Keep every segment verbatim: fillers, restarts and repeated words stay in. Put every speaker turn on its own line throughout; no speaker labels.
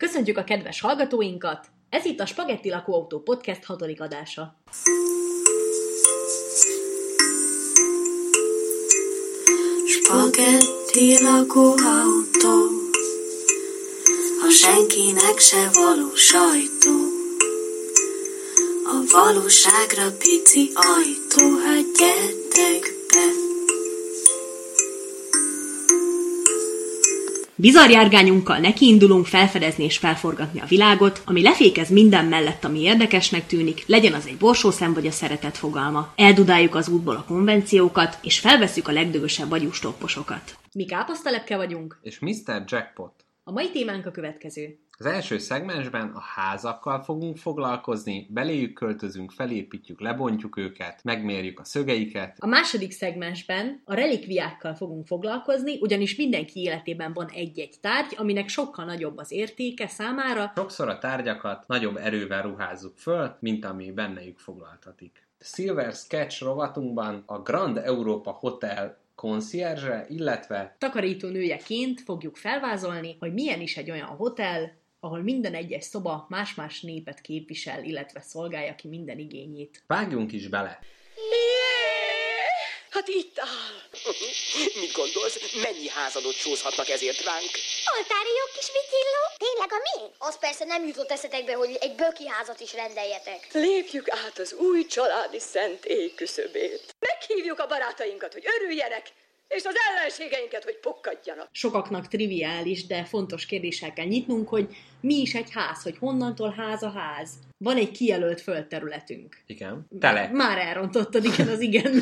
Köszöntjük a kedves hallgatóinkat! Ez itt a Spagetti Lakóautó Podcast hatodik adása.
Spagetti lakóautó, a senkinek se való sajtó, a valóságra pici ajtó, hát gyertek be!
Bizarr járgányunkkal nekiindulunk felfedezni és felforgatni a világot, ami lefékez minden mellett, ami érdekesnek tűnik, legyen az egy borsószem vagy a szeretet fogalma. Eldudáljuk az útból a konvenciókat, és felvesszük a legdögösebb agyústopposokat. Mi káposztalepke vagyunk,
és miszter Jackpot.
A mai témánk a következő.
Az első szegmensben a házakkal fogunk foglalkozni, beléjük költözünk, felépítjük, lebontjuk őket, megmérjük a szögeiket.
A második szegmensben a relikviákkal fogunk foglalkozni, ugyanis mindenki életében van egy-egy tárgy, aminek sokkal nagyobb az értéke számára.
Sokszor a tárgyakat nagyobb erővel ruházzuk föl, mint ami bennejük foglaltatik. A Silver Sketch rovatunkban a Grand Europa Hotel koncierge, illetve
takarítónőjeként fogjuk felvázolni, hogy milyen is egy olyan hotel, ahol minden egyes szoba más-más népet képvisel, illetve szolgálja ki minden igényét.
Vágjunk is bele!
Hát itt áll! Mit gondolsz, mennyi házadot csúszhatnak ezért ránk?
Oltári jó kis vityilló? Tényleg a mi? Az persze nem jutott eszetekbe, hogy egy böki házat is rendeljetek.
Lépjük át az új családi szentély küszöbét. Meghívjuk a barátainkat, hogy örüljenek, és az ellenségeinket, hogy pukkadjanak.
Sokaknak triviális, de fontos kérdéssel kell nyitnunk, hogy mi is egy ház, hogy honnantól ház a ház. Van egy kijelölt földterületünk.
Igen. Tele.
Már elrontottad, igen, az igen.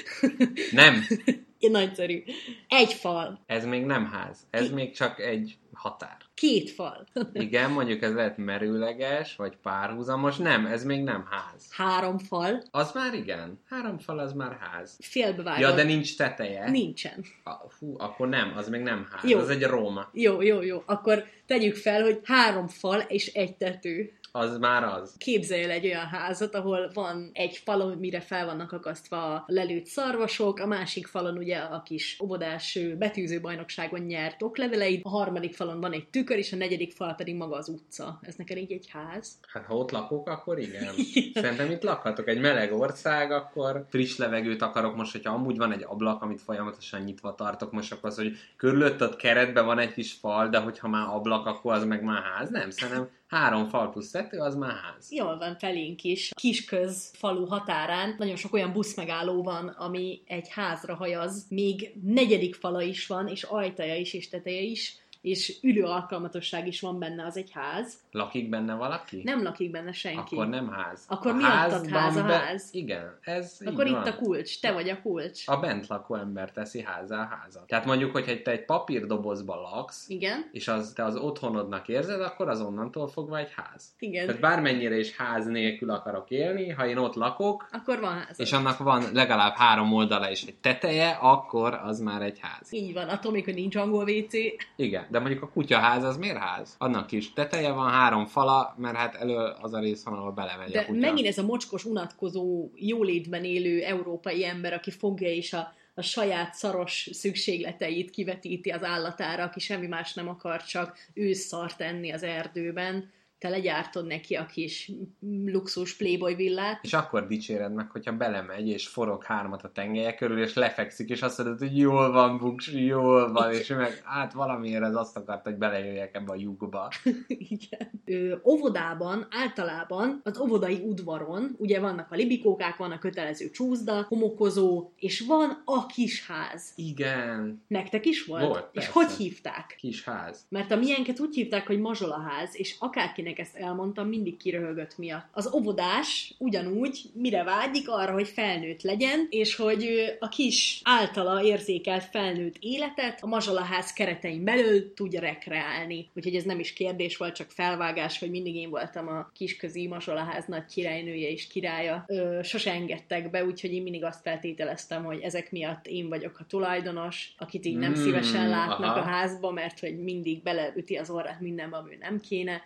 Nem.
Nagyszerű. Egy fal.
Ez még nem ház. Ez
Ki?
még csak egy határ.
Két fal.
Igen, mondjuk ez lehet merőleges, vagy párhuzamos. Nem, ez még nem ház.
Három fal.
Az már igen. Három fal az már ház.
Félbevágott.
Ja, de nincs teteje.
Nincsen.
A, hú, akkor nem, az még nem ház.
Jó.
Az egy Róma.
Jó, jó, jó. Akkor tegyük fel, hogy három fal és egy tető.
Az már az.
Képzelj el egy olyan házat, ahol van egy falon, mire fel vannak akasztva a lelőtt szarvasok, a másik falon ugye a kis óvodás betűző bajnokságon nyert okleveleid, a harmadik falon van egy tükör, és a negyedik fal pedig maga az utca. Ez neked így egy ház?
Hát ha ott lakok, akkor igen. Szerintem itt lakhatok. Egy meleg ország, akkor friss levegőt akarok most, hogyha amúgy van egy ablak, amit folyamatosan nyitva tartok, most akkor az, hogy körülötted keretben van egy kis fal, de hogyha már ablak, akkor az meg már ház. Nem, szerintem három fal plusz tető, az már ház.
Jól van, felénk is. Kisköz falu határán nagyon sok olyan buszmegálló van, ami egy házra hajaz. Még negyedik fala is van, és ajtaja is, és teteje is, és ülő alkalmatosság is van benne, az egy ház.
Lakik benne valaki?
Nem lakik benne senki.
Akkor nem ház.
Akkor
a
mi adtad ház a
be...
ház?
Igen, ez
Akkor
így
itt
van.
a kulcs, te vagy a kulcs.
A bent lakó ember teszi házzá a házat. Tehát mondjuk, hogyha te egy papírdobozban laksz,
Igen.
és az, te az otthonodnak érzed, akkor az onnantól fogva egy ház.
Igen.
Tehát bármennyire is ház nélkül akarok élni, ha én ott lakok,
Akkor van ház.
és annak van legalább három oldala és egy teteje, akkor az már egy ház.
Így van, attól még, hogy nincs angol vé cé.
Igen, de mondjuk a kutyaház az miért ház? Annak is teteje van, három fala, mert hát elő az a rész van, ahol belemegy
De
a kutya.
megint ez a mocskos, unatkozó, jólétben élő európai ember, aki fogja és a, a saját szaros szükségleteit kivetíti az állatára, aki semmi más nem akar, csak ősszart enni az erdőben. Te legyártod neki a kis luxus playboy villát.
És akkor dicséred meg, hogyha belemegy, és forog hármat a tengelye körül, és lefekszik, és azt mondod, hogy jól van, buksi, jól van, és ő meg, hát valamiért ez azt akart, hogy belejöjjek ebbe a lyukba.
Igen. Ö, óvodában általában az óvodai udvaron, ugye vannak a libikókák, van a kötelező csúszda, homokozó, és van a kis ház.
Igen.
Nektek is volt?
Volt,
És
persze.
hogy hívták?
Kis ház.
Mert a miénket úgy hívták, hogy mazsolaház, és akárkinek ezt elmondtam, mindig kiröhögött miatt. Az óvodás ugyanúgy mire vágyik arra, hogy felnőtt legyen, és hogy ő a kis általa érzékelt felnőtt életet a mazsolaház keretein belül tudja rekreálni. Úgyhogy ez nem is kérdés volt, csak felvágás, hogy mindig én voltam a kisközi mazsolaház nagy királynője és királya. Ö, sose engedtek be, úgyhogy én mindig azt feltételeztem, hogy ezek miatt én vagyok a tulajdonos, akit így nem
Mm,
szívesen látnak
aha.
a házba, mert hogy mindig beleüti az orrát mindenbe, ami nem kéne.
Tehát te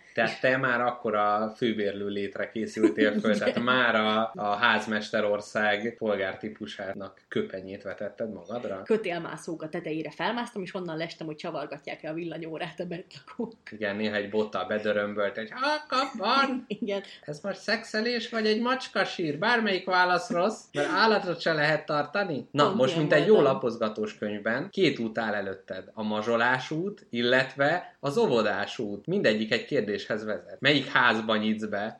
te már akkor a főbérlő létre készültél föl, tehát már a, a házmesterország polgártípusának köpenyét vetetted magadra?
Kötélmászók a tetejére felmásztam, és onnan lestem, hogy csavargatják el a villanyórát a bentlakók.
Igen, néha egy bottal bedörömbölt, egy van.
Igen.
Ez most szexelés, vagy egy macskasír? Bármelyik válasz rossz, mert állatot se lehet tartani. Na,
Pont
most,
ilyen
mint egy jó
voltam.
lapozgatós könyvben, két út áll előtted. A mazsolás út, illetve az óvodás út. Mindegyik egy kérdéshez vezet. Melyik házban nyitsz be?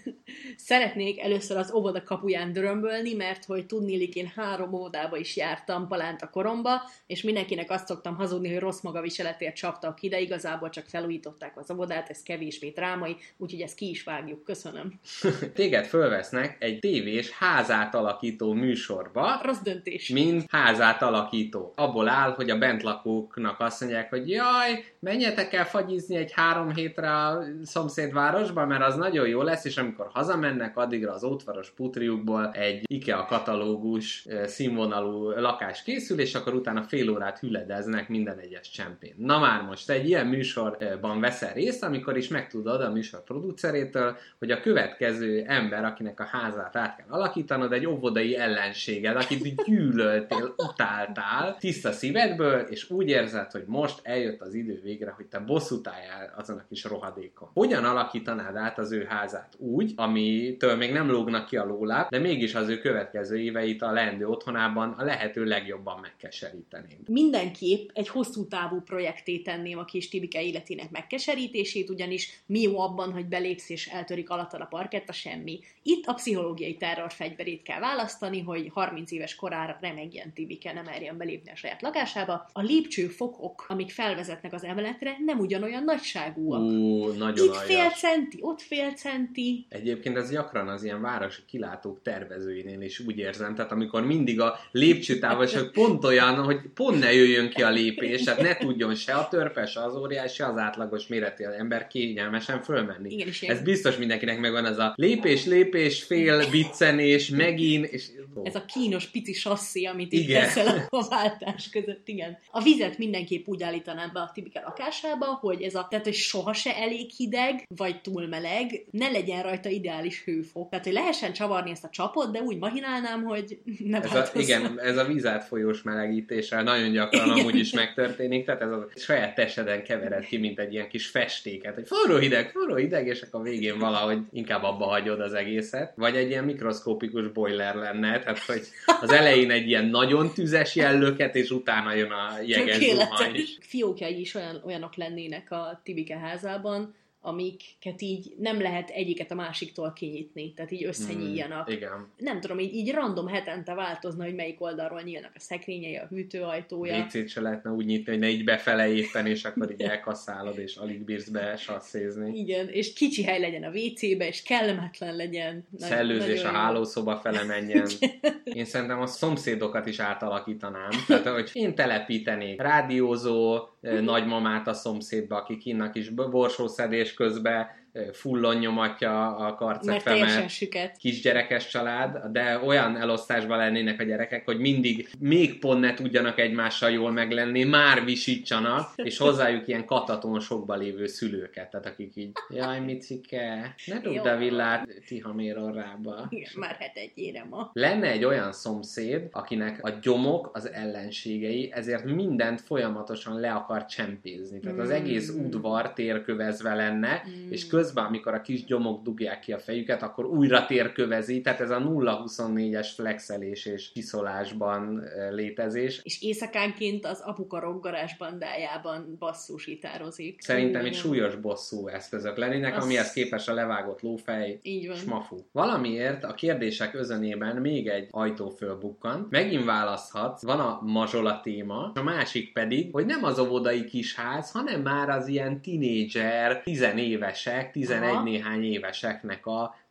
Szeretnék először az óvoda kapuján dörömbölni, mert hogy tudnélik, én három óvodába is jártam palánta koromba, és mindenkinek azt szoktam hazudni, hogy rossz magaviseletért csaptak ki, de igazából csak felújították az óvodát, ez kevésbé drámai, úgyhogy ezt ki is vágjuk. Köszönöm.
Téged fölvesznek egy tévés házátalakító műsorba,
Rossz döntés.
mint házátalakító. Abból áll, hogy a bentlakóknak azt mondják, hogy jaj, menjetek el fagyizni egy három hétre a szomszédvárosba, mert az nagyon jó lesz, és amikor hazamennek, addigra az ótvaros putriukból egy IKEA katalógus színvonalú lakás készül, és akkor utána fél órát hüledeznek minden egyes csempén. Na már most egy ilyen műsorban veszel részt, amikor is megtudod a műsor producerétől, hogy a következő ember, akinek a házát át kell alakítanod, egy óvodai ellenséged, akit gyűlöltél, utáltál, tiszta szívedből, és úgy érzed, hogy most eljött az idő végre, hogy te bosszút álljál azon a kis rohadékon. Hogyan alakítanád át az ő házát úgy, amitől még nem lógnak ki a lóláb, de mégis az ő következő éveit a leendő otthonában a lehető legjobban megkeserítenénk?
Mindenképp egy hosszú távú projekté tenném a kis Tibike életének megkeserítését, ugyanis mi jó abban, hogy belépsz és eltörik alattad a parkett, a semmi. Itt a pszichológiai terror fegyverét kell választani, hogy harminc éves korára remegjen Tibike, nem merjen belépni a saját lakásába. A lépcsőfokok, amik felvezetnek az emeletre, nem ugyanolyan nagyságúak.
Ú, nagyon
Itt fél
aljas.
centi, ott fél centi.
Egyébként ez gyakran az ilyen városi kilátók tervezőinél is úgy érzem, tehát amikor mindig a lépcsőtávolság pont olyan, hogy pont ne jöjjön ki a lépés, tehát ne tudjon se a törpe, se az óriás, se az átlagos méretű ember kényelmesen fölmenni.
Igen, és
ez biztos mindenkinek megvan, ez a lépés, lépés, fél biccenés, megint, és...
Ez a kínos pici sasszi, amit itt
Igen.
teszel a váltás között, igen. A vizet mindenképp úgy állítanám be a Tibike lakásába, hogy ez a, tehát, hogy soha se elég hideg, vagy túl meleg, ne legyen rajta ideális hőfok. Tehát, hogy lehessen csavarni ezt a csapot, de úgy mahinálnám, hogy ne
Ez a,
változzon.
igen, ez a vízátfolyós melegítéssel nagyon gyakran
Igen.
amúgy is megtörténik, tehát ez a saját testeden kevered ki, mint egy ilyen kis festéket, hogy forró hideg, forró hideg, és akkor végén valahogy inkább abba hagyod az egészet. Vagy egy ilyen mikroszkópikus boiler lenne, tehát hogy az elején egy ilyen nagyon tüzes jellöket, és utána jön a jeges zuhany.
Fiókjai is olyan, olyanok lennének a Tibike házában, amiket így nem lehet egyiket a másiktól kinyitni, tehát így összenyíljanak.
Mm, igen.
Nem tudom, így, így random hetente változna, hogy melyik oldalról nyílnak a szekrényei, a hűtőajtója.
vé cét se lehetne úgy nyitni, hogy ne így befele éppen, és akkor így elkasszálod, és alig bírsz be sasszézni.
Igen, és kicsi hely legyen a vé cébe, és kellemetlen legyen.
Szellőzés a
jó.
hálószoba fele menjen. Én szerintem a szomszédokat is átalakítanám. Tehát, hogy én telepítenék rádiózó nagymamát a szomszédba, aki kinnak is borsószedés közben fullon nyomatja a karcepfemet, kisgyerekes család, de olyan elosztásban lennének a gyerekek, hogy mindig még pont ne tudjanak egymással jól meglenni, már visítsanak, és hozzájuk ilyen katatonsokba lévő szülőket, tehát akik így, jaj, micike, ne dugd a villát Tihamér orrába.
Igen, már het egyére ma.
Lenne egy olyan szomszéd, akinek a gyomok az ellenségei, ezért mindent folyamatosan le akar csempézni. Tehát az egész udvar térkövezve lenne, mm. és közben, amikor a kis gyomok dugják ki a fejüket, akkor újra térkövezi, tehát ez a nulla huszonnégyes flexelés és kiszolásban létezés.
És éjszakánként az apuka rockgarázs bandájában basszusítározik.
Szerintem itt súlyos bosszú eszközök lennének,
az... amihez
képes a levágott lófej, smafu. Valamiért a kérdések özönében még egy ajtó fölbukkant, megint választhatsz, van a mazsola téma, a másik pedig, hogy nem az óvodai kisház, hanem már az ilyen tinédzser, tizenévesek, tizenegy néhány éveseknek a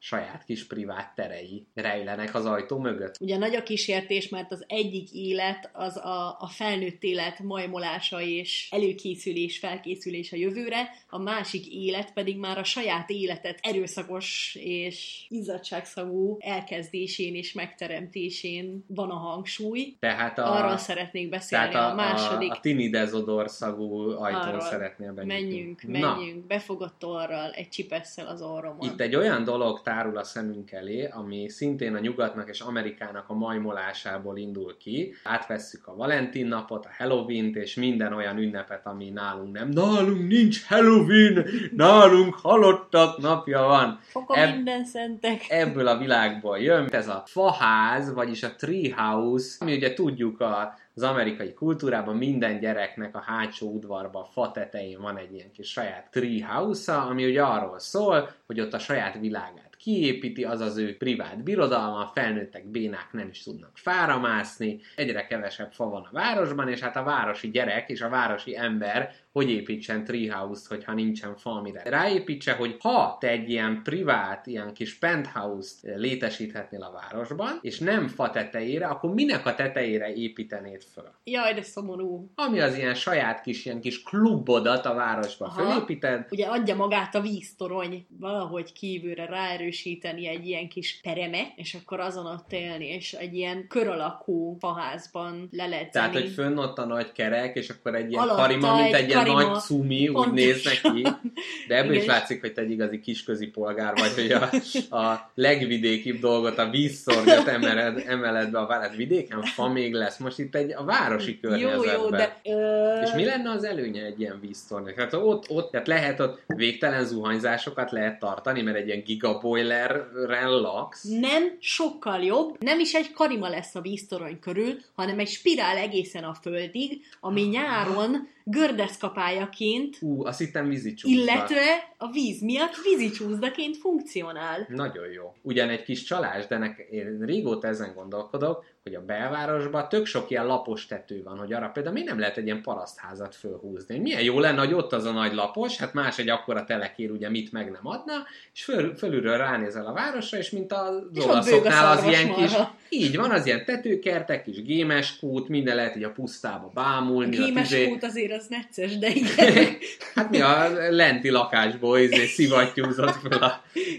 saját kis privát terei rejlenek az ajtó mögött.
Ugye nagy a kísértés, mert az egyik élet az a, a felnőtt élet majmolása és előkészülés, felkészülés a jövőre, a másik élet pedig már a saját életet erőszakos és izzadságszagú elkezdésén és megteremtésén van a hangsúly.
Tehát a,
arról szeretnék beszélni,
tehát a,
a második.
A, a Tini Dezodor szagú ajtón
arról.
szeretnél benyitni.
Menjünk,
Na.
menjünk, befogott orral, egy csipesszel az orromon.
Itt egy olyan dolog tárul a szemünk elé, ami szintén a nyugatnak és Amerikának a majmolásából indul ki. Átvesszük a Valentin napot, a Halloween-t és minden olyan ünnepet, ami nálunk nem. Nálunk nincs Halloween, nálunk halottak napja van.
Foka
Eb-
minden szentek.
Ebből a világból jön. Ez a faház, vagyis a treehouse, ami ugye tudjuk a az amerikai kultúrában minden gyereknek a hátsó udvarban, a fa tetején van egy ilyen kis saját treehouse-a, ami ugye arról szól, hogy ott a saját világát kiépíti, az az ő privát birodalma, a felnőttek bénák nem is tudnak fára mászni, egyre kevesebb fa van a városban, és hát a városi gyerek és a városi ember hogy építsen treehouse-t, hogyha nincsen fa, amire ráépítse, hogy ha te egy ilyen privát, ilyen kis penthouse-t létesíthetnél a városban, és nem fa tetejére, akkor minek a tetejére építenéd föl?
Jaj, de szomorú.
Ami az ilyen saját kis, ilyen kis klubodat a városban
Aha.
fölépíted.
Ugye adja magát a víztorony valahogy kívülre ráerősíteni egy ilyen kis teremet, és akkor azon ott élni, és egy ilyen kör alakú faházban leledzeni.
Tehát, hogy fönn ott a nagy kerek, és akkor egy ilyen
Alatta
karima, mint
egy
egy ilyen
karima.
nagy cumi, úgy
Pontosan.
néznek ki. De ebből
Igen.
is látszik, hogy te egy igazi kisközi polgár vagy, hogy a, a legvidékibb dolgot, a vízszornyat emeled, emeled be a várat. Vidéken fa még lesz. Most itt egy a városi környezetben.
Jó, jó, de... Ö...
És mi lenne az előnye egy ilyen víztornynak? Tehát ott, ott tehát lehet ott végtelen zuhanyzásokat lehet tartani, mert egy ilyen gigaboilerrel laksz.
Nem sokkal jobb, nem is egy karima lesz a víztorony körül, hanem egy spirál egészen a földig, ami nyáron gördeszkapályaként,
Ú, azt hittem vízicsúszda.
illetve a víz miatt vízicsúszdaként funkcionál.
Nagyon jó. Ugyan egy kis csalás, de nek, én régóta ezen gondolkodok, hogy a belvárosban tök sok ilyen lapos tető van, hogy arra például miért nem lehet egy ilyen parasztházat fölhúzni. Milyen jó lenne, hogy ott az a nagy lapos, hát más egy akkora telekér, ugye mit meg nem adna, és föl, fölülről ránézel a városra, és mint az olaszoknál az ilyen kis, így van, az ilyen tetőkertek, kis gémeskút, minden lehet így a pusztába bámulni.
A gémeskút azért az necces, de igen.
Hát mi a lenti lakásból izé szivattyúzott fel a,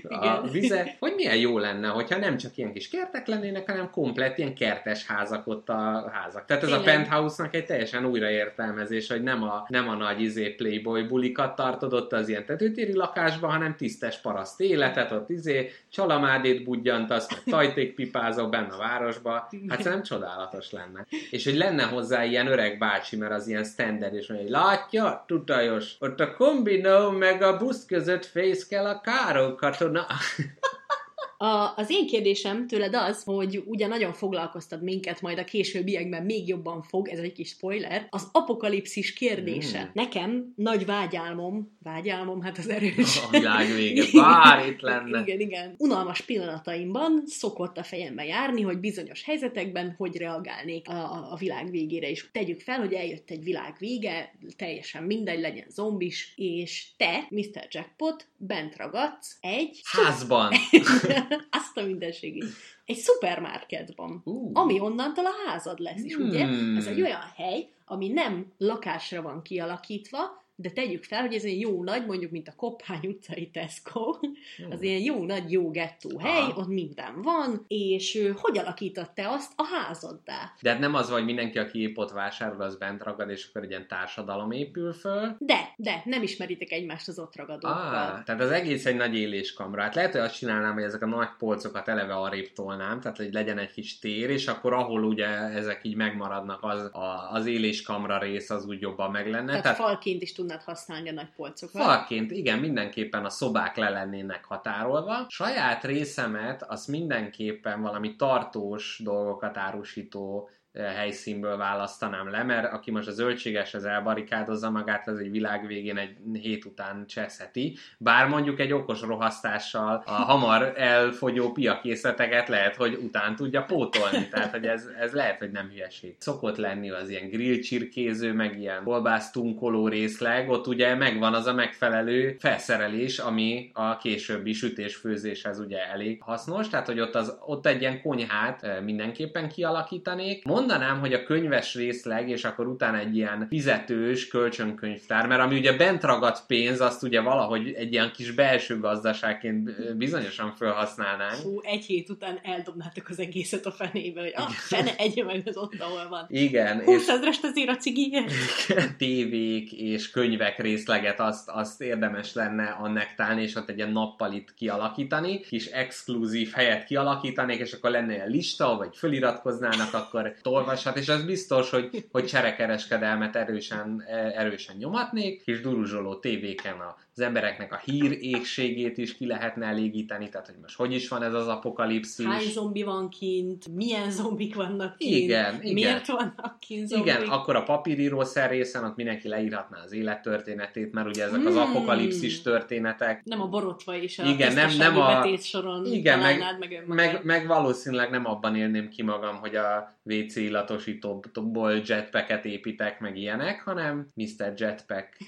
a vize. Hogy milyen jó lenne, hogyha nem csak ilyen kis kertek lennének, hanem komplett ilyen kertes házak ott a házak. Tehát ez Tényleg. A penthouse-nak egy teljesen újraértelmezés, hogy nem a, nem a nagy izé playboy bulikat tartod ott az ilyen tetőtéri lakásban, hanem tisztes paraszt életet, ott izé csalamádét budjantasz, meg tajtékpipázol benne a városba. Hát szerintem csodálatos lenne. És hogy lenne hozzá ilyen öreg bácsi, mert az ilyen standard, és mondja, hogy látja, tutajos, ott a kombinó meg a busz között fészkel a Károly katona.
A, az én kérdésem tőled az, hogy ugye nagyon foglalkoztat minket, majd a későbbiekben még jobban fog, ez egy kis spoiler, az apokalipszis kérdése. Mm. Nekem nagy vágyálmom, vágyálmom, hát az erős.
A világ vége, bár itt lenne.
Igen, igen. Unalmas pillanataimban szokott a fejembe járni, hogy bizonyos helyzetekben hogy reagálnék a, a, a világ végére is. Tegyük fel, hogy eljött egy világ vége, teljesen mindegy, legyen zombis, és te, miszter Jackpot, bent ragadsz egy...
házban.
Azt a mindenségét. Egy szupermarketban, uh. ami onnantól a házad lesz is, hmm. ugye? Ez egy olyan hely, ami nem lakásra van kialakítva, de tegyük fel, hogy ez egy jó nagy, mondjuk, mint a Koppány utcai Tesco, az ilyen jó nagy, jó gettó hely, Aha. ott minden van, és ő, hogy alakított te azt a házaddá?
De hát nem az, hogy mindenki, aki épp ott vásárol, az bent ragad, és akkor egy ilyen társadalom épül föl.
De, de, nem ismeritek egymást az ott ragadókkal.
Ah, tehát az egész egy nagy éléskamra. Hát lehet, hogy azt csinálnám, hogy ezek a nagy polcokat eleve arrébb tolnám, tehát hogy legyen egy kis tér, és akkor ahol ugye ezek így megmaradnak, az, a, az éléskamra rész az úgy jobban meg lenne.
Tehát,
tehát
falként is tudnád használni a nagy polcokat.
Falként, igen, mindenképpen a szobák le lennének határolva. Saját részemet, az mindenképpen valami tartós dolgokat árusító helyszínből választanám le, mert aki most a zöldségeshez elbarikádozza magát, az egy világ végén egy hét után cseszheti. Bár mondjuk egy okos rohasztással a hamar elfogyó piakészleteket lehet, hogy után tudja pótolni. Tehát, hogy ez, ez lehet, hogy nem hülyeség. Szokott lenni az ilyen grillcsirkéző, meg ilyen kolbásztunkoló részleg, ott ugye megvan az a megfelelő felszerelés, ami a későbbi sütés-főzéshez ugye elég hasznos, tehát, hogy ott, az, ott egy ilyen konyhát mindenképpen kialakítanék. Mondanám, hogy a könyves részleg, és akkor utána egy ilyen fizetős kölcsönkönyvtár, mert ami ugye bent ragadt pénz, azt ugye valahogy egy ilyen kis belső gazdaságként bizonyosan felhasználnánk.
Hú, egy hét után eldobnátok az egészet a fenébe, hogy ah, fene, egye meg az ott, ahol van.
Igen.
húszezrest azért a cigiért.
Tévék és könyvek részleget azt, azt érdemes lenne annektálni, és ott egy ilyen nappalit kialakítani, kis exkluzív helyet kialakítanék, és akkor lenne egy lista, vagy föliratkoznának, akkor olvashat, és az biztos, hogy, hogy cserekereskedelmet erősen, erősen nyomatnék, és duruzsoló tévéken az embereknek a hír égségét is ki lehetne elégíteni, tehát hogy most hogy is van ez az apokalipszis.
Hány zombi van kint, milyen zombik vannak kint,
igen, igen.
miért vannak kint zombik.
Igen, akkor a papírírószer részen ott mindenki leírhatná az élettörténetét, mert ugye ezek az
Hmm.
apokalipszis történetek.
Nem a borotva is a
igen, nem, nem a
betétsoron
igen, meg,
meg,
meg, meg valószínűleg nem abban élném ki magam, hogy a vé cé illatosítóból jetpacket építek, meg ilyenek, hanem miszter Jetpack.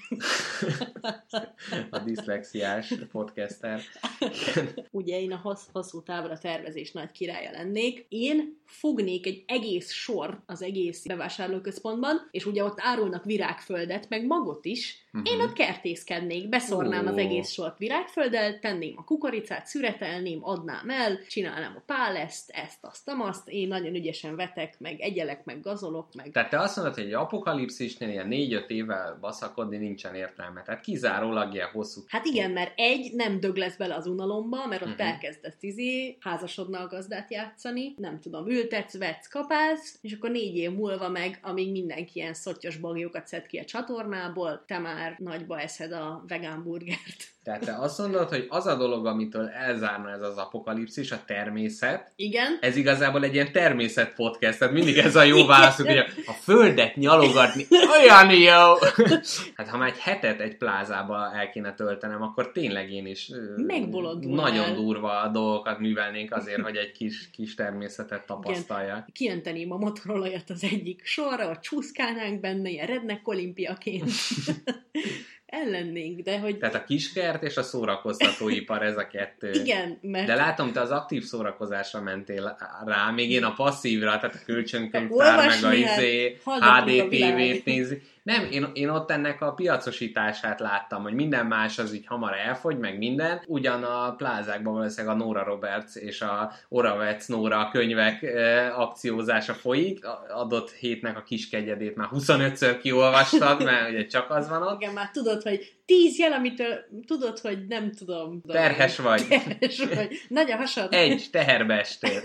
A diszlexiás podcaster.
Ugye én a hossz, hosszú távra tervezés nagy királya lennék. Én fognék egy egész sor az egész bevásárlóközpontban, és ugye ott árulnak virágföldet, meg magot is. Uh-huh. Én ott kertészkednék, beszornám uh. az egész sort virágfölddel, tenném a kukoricát, szüretelném, adnám el, csinálnám a páleszt, ezt, azt, azt, én nagyon ügyesen vetek, meg egyelek, meg gazolok, meg...
Tehát te azt mondod, hogy egy apokalipszisnél ilyen négy-öt évvel baszakodni nincsen értelme, tehát kizárólag ilyen hosszú...
Hát igen, mert egy, nem dög lesz bele az unalomba, mert ott uh-huh. elkezdesz izé, házasodna a gazdát játszani, nem tudom, ültetsz, vetsz, kapálsz, és akkor négy év múlva meg, amíg mindenki ilyen szottyos bagjókat szed ki a csatornából, te már nagyba eszed a vegán burgert.
Tehát te azt mondod, hogy az a dolog, amitől elzárna ez az apokalipszis, a természet.
Igen.
Ez igazából egy ilyen természet podcast, tehát mindig ez a jó válaszuk, hogy a földet nyalogatni, olyan jó! Hát ha már egy hetet egy plázába el kéne töltenem, akkor tényleg én is nagyon durva dolgokat művelnénk azért, hogy egy kis, kis természetet tapasztalja.
Kiönteném a motorolajat az egyik sorra, a csúszkálnánk benne, ilyen redneck olimpiaként. Ellennénk, de hogy...
Tehát a kiskert és a szórakoztatóipar, ez a kettő.
Igen, mert...
De látom, te az aktív szórakozásra mentél rá, még én a passzívra, tehát a kölcsönkönyvtár, meg a izé, há dé té vét nézi. Nem, én, én ott ennek a piacosítását láttam, hogy minden más az így hamar elfogy, meg minden. Ugyan a plázákban valószínűleg a Nora Roberts és a Oravec Nora könyvek e, akciózása folyik. Adott hétnek a kiskegyedét már huszonötször kiolvastad, mert ugye csak az van ott.
Igen, már tudod, hogy tíz jel, amitől tudod, hogy nem tudom.
Terhes vagy.
Terhes vagy. Nagy a hasad.
Egy, teherbe estél.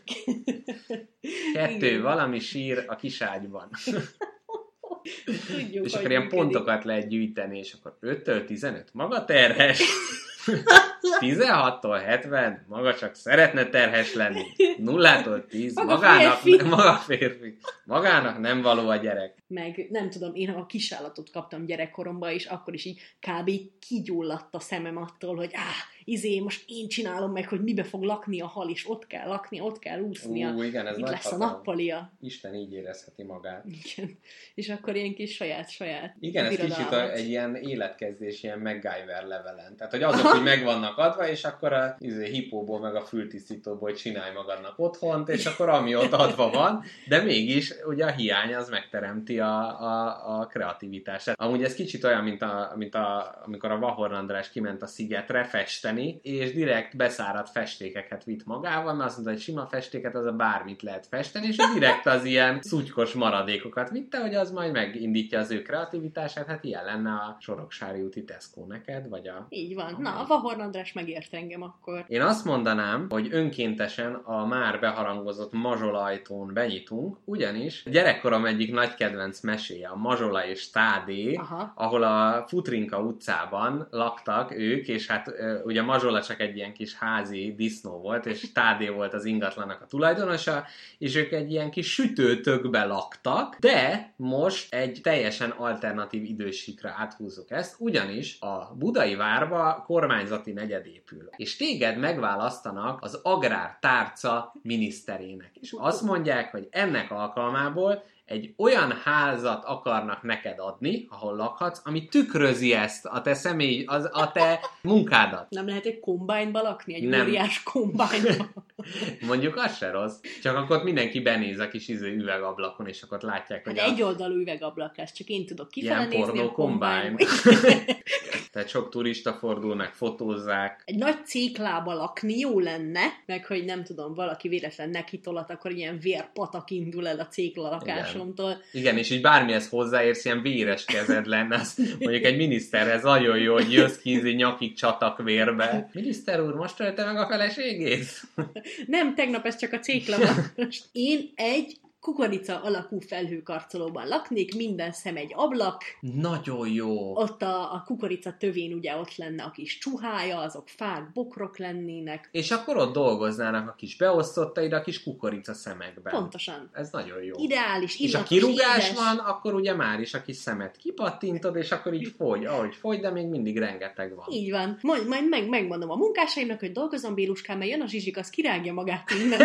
Kettő, igen. Valami sír a kiságyban.
Tudjuk,
és akkor ilyen működik. Pontokat lehet gyűjteni, és akkor öttől tizenöt maga terhes, tizenhattól hetven maga csak szeretne terhes lenni, nullától tíz maga magának, férfi. maga férfi, magának nem való a gyerek.
Meg nem tudom, én a kisállatot kaptam gyerekkoromban, és akkor is így kb. Kigyulladt a szemem attól, hogy áh, izé, most én csinálom meg, hogy mibe fog lakni a hal, és ott kell lakni, ott kell úsznia.
Ú, igen, ez
itt lesz hatalom. A nappalia.
Isten így érezheti magát.
Igen. És akkor ilyen kis saját-saját
igen, ez kicsit a, egy ilyen életkezdés, ilyen MacGyver levelen. Tehát, hogy azok, hogy meg vannak adva, és akkor a izé, hipóból, meg a fültisztítóból csinálj magadnak otthont, és akkor ami ott adva van, de mégis ugye a hiány az megteremti a, a, a kreativitást. Amúgy ez kicsit olyan, mint, a, mint a, amikor a Vahorn András kiment a szigetre festeni, és direkt beszáradt festékeket vitt magával, mert azt mondta, hogy sima festéket, az a bármit lehet festeni, és direkt az ilyen szutykos maradékokat vitte, hogy az majd megindítja az ő kreativitását. Hát ilyen lenne a Soroksári úti Tesco neked, vagy a...
Így van. Na, A Vahorn András megért engem akkor.
Én azt mondanám, hogy önkéntesen a már beharangozott mazsolajtón benyitunk, ugyanis gyerekkorom egyik nagy kedvenc meséje, a Mazsola és Tádé,
Aha.
ahol a Futrinka utcában laktak ők, és hát ugye Mazsola csak egy ilyen kis házi disznó volt, és Tádé volt az ingatlanak a tulajdonosa, és ők egy ilyen kis sütőtökbe laktak, de most egy teljesen alternatív idősíkra áthúzzuk ezt, ugyanis a budai várba kormányzati negyed épül. És téged megválasztanak az agrártárca miniszterének. És azt mondják, hogy ennek alkalmából egy olyan házat akarnak neked adni, ahol lakhatsz, ami tükrözi ezt, a te személy, az, a te munkádat.
Nem lehet egy kombányba lakni? Egy
Nem.
óriás kombányba?
Mondjuk az se rossz. Csak akkor mindenki benéz a kis izé üvegablakon, és akkor látják,
Hát
hogy
egy oldalú üvegablak lesz, csak én tudok kifele
ilyen
nézni
pornó
a kombányba.
kombány. Tehát sok turista fordul, meg fotózzák.
Egy nagy céklába lakni jó lenne, meg hogy nem tudom, valaki véletlen nekitolat, akkor ilyen vérpatak indul el a cékla lakásomtól.
Igen, és így bármihez hozzáérsz, ilyen véres kezed lenne, az mondjuk egy miniszterhez nagyon jó, hogy jössz ki, így nyakig csatak vérbe. Miniszter úr, most ölte meg a feleségét?
Nem, tegnap ez csak a cékla van. Én egy kukorica alakú felhőkarcolóban laknék, minden szem egy ablak.
Nagyon jó.
Ott a, a kukorica tövén ugye ott lenne a kis csuhája, azok fák, bokrok lennének.
És akkor ott dolgoznának a kis beosztottaid a kis kukorica szemekben.
Pontosan.
Ez nagyon jó.
Ideális,
És a
illatos,
kirúgás
édes.
van, akkor ugye már is a kis szemet kipattintod, és akkor így fogy, ahogy fogy, de még mindig rengeteg van.
Így van. Majd, majd meg, megmondom a munkásaimnak, hogy dolgozom, Béluskám, mert jön a zsizsik, az kirágja magát innen.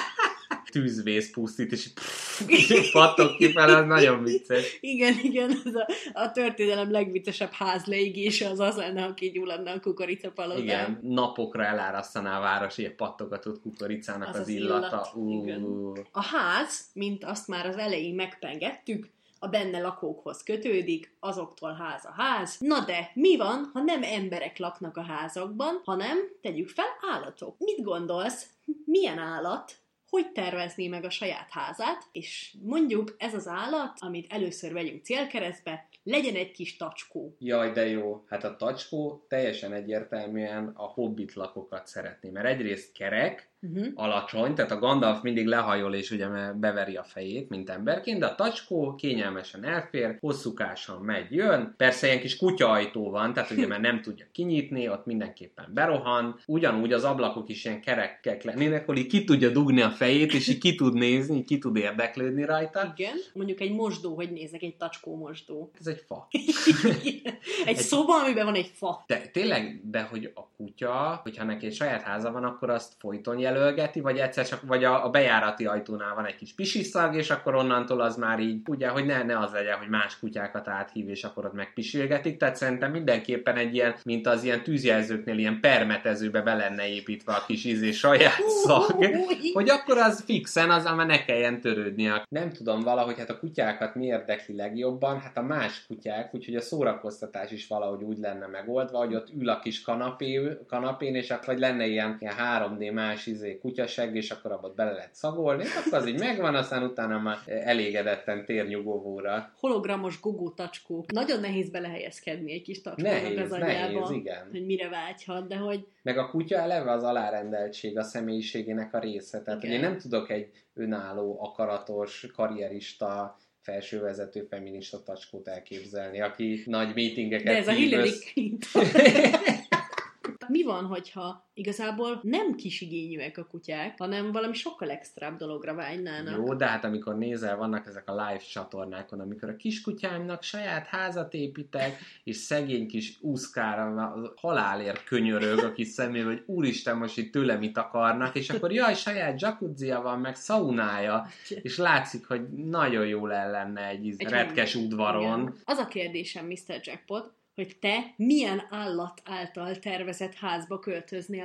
Tűzvész pusztít, és pff, pattok ki fel, az nagyon vicces.
Igen, igen, ez a, a történelem legviccesebb házleigése az az lenne, ha kigyulladna a kukoricapalotán.
Igen, napokra elárasztaná a város ilyen pattogatott kukoricának
Az
az,
az
illata.
illat, igen.
Uh.
A ház, mint azt már az elején megpengettük, a benne lakókhoz kötődik, azoktól ház a ház. Na de, mi van, ha nem emberek laknak a házakban, hanem, tegyük fel, állatok? Mit gondolsz? Milyen állat? Hogy tervezné meg a saját házát, és mondjuk ez az állat, amit először vegyünk célkeresztbe, legyen egy kis tacskó.
Jaj, de jó. Hát a tacskó teljesen egyértelműen a hobbit lakókat szeretné, mert egyrészt kerek, uh-huh. alacsony, tehát a Gandalf mindig lehajol, és ugye beveri a fejét, mint emberként, de a tacskó kényelmesen elfér, hosszúkásan megy, jön. Persze ilyen kis kutyaajtó van, tehát ugye már nem tudja kinyitni, ott mindenképpen berohan. Ugyanúgy az ablakok is ilyen kerekek lennének, hogy így ki tudja dugni a fejét, és így ki tud nézni, így ki tud érdeklődni rajta.
Igen. Mondjuk egy mosdó, hogy néznek, egy tacskó mosdó.
Ez egy fa.
egy, egy szoba, amiben van egy fa.
De tényleg, de hogy a kutya, hogyha neki egy saját háza van, akkor azt folyton jelölgeti, vagy egyszer csak, vagy a, a bejárati ajtónál van egy kis pisiszag, és akkor onnantól az már így, ugye, hogy ne, ne az legyen, hogy más kutyákat áthív, és akkor ott megpisilgetik. Tehát szerintem mindenképpen egy ilyen, mint az ilyen tűzjelzőknél, ilyen permetezőbe be lenne építve a kis ízé saját szag, hogy akkor az fixen, az már ne kelljen törődnie. Nem tudom valahogy, hát a kutyákat mi érdekli legjobban, hát a más kutyák, úgyhogy a szórakoztatás is valahogy úgy lenne megoldva, hogy ott ül a kis kanapé, kanapén, és akkor vagy lenne ilyen, ilyen három dé más izé, kutyasegg, és akkor abban bele lehet szagolni, és akkor az így megvan, aztán utána már elégedetten tér nyugovóra.
Hologramos gogó tacskó. Nagyon nehéz belehelyezkedni egy kis tacskónak
Nehéz,
az agyába,
nehéz, igen.
hogy mire vágyhat, de hogy...
Meg a kutya eleve az alárendeltség a személyiségének a része. Tehát,
igen.
hogy én nem tudok egy önálló, akaratos, karrierista, felsővezető feminista tacskót elképzelni, aki nagy meetingeket
De ez a
hív
Hillary
össz...
Clinton. Mi van, hogyha igazából nem kisigényűek a kutyák, hanem valami sokkal extrább dologra vágynának?
Jó, de hát amikor nézel, vannak ezek a live csatornákon, amikor a kiskutyámnak saját házat építek, és szegény kis úszkára halálért könyörög a kis szemével, hogy úristen, most itt tőle mit akarnak, és akkor jaj, saját jacuzzia van, meg szaunája, és látszik, hogy nagyon jól el lenne egy, egy retkes udvaron.
Igen. Az a kérdésem, miszter Jackpot, hogy te milyen állat által tervezett házba költöznél be?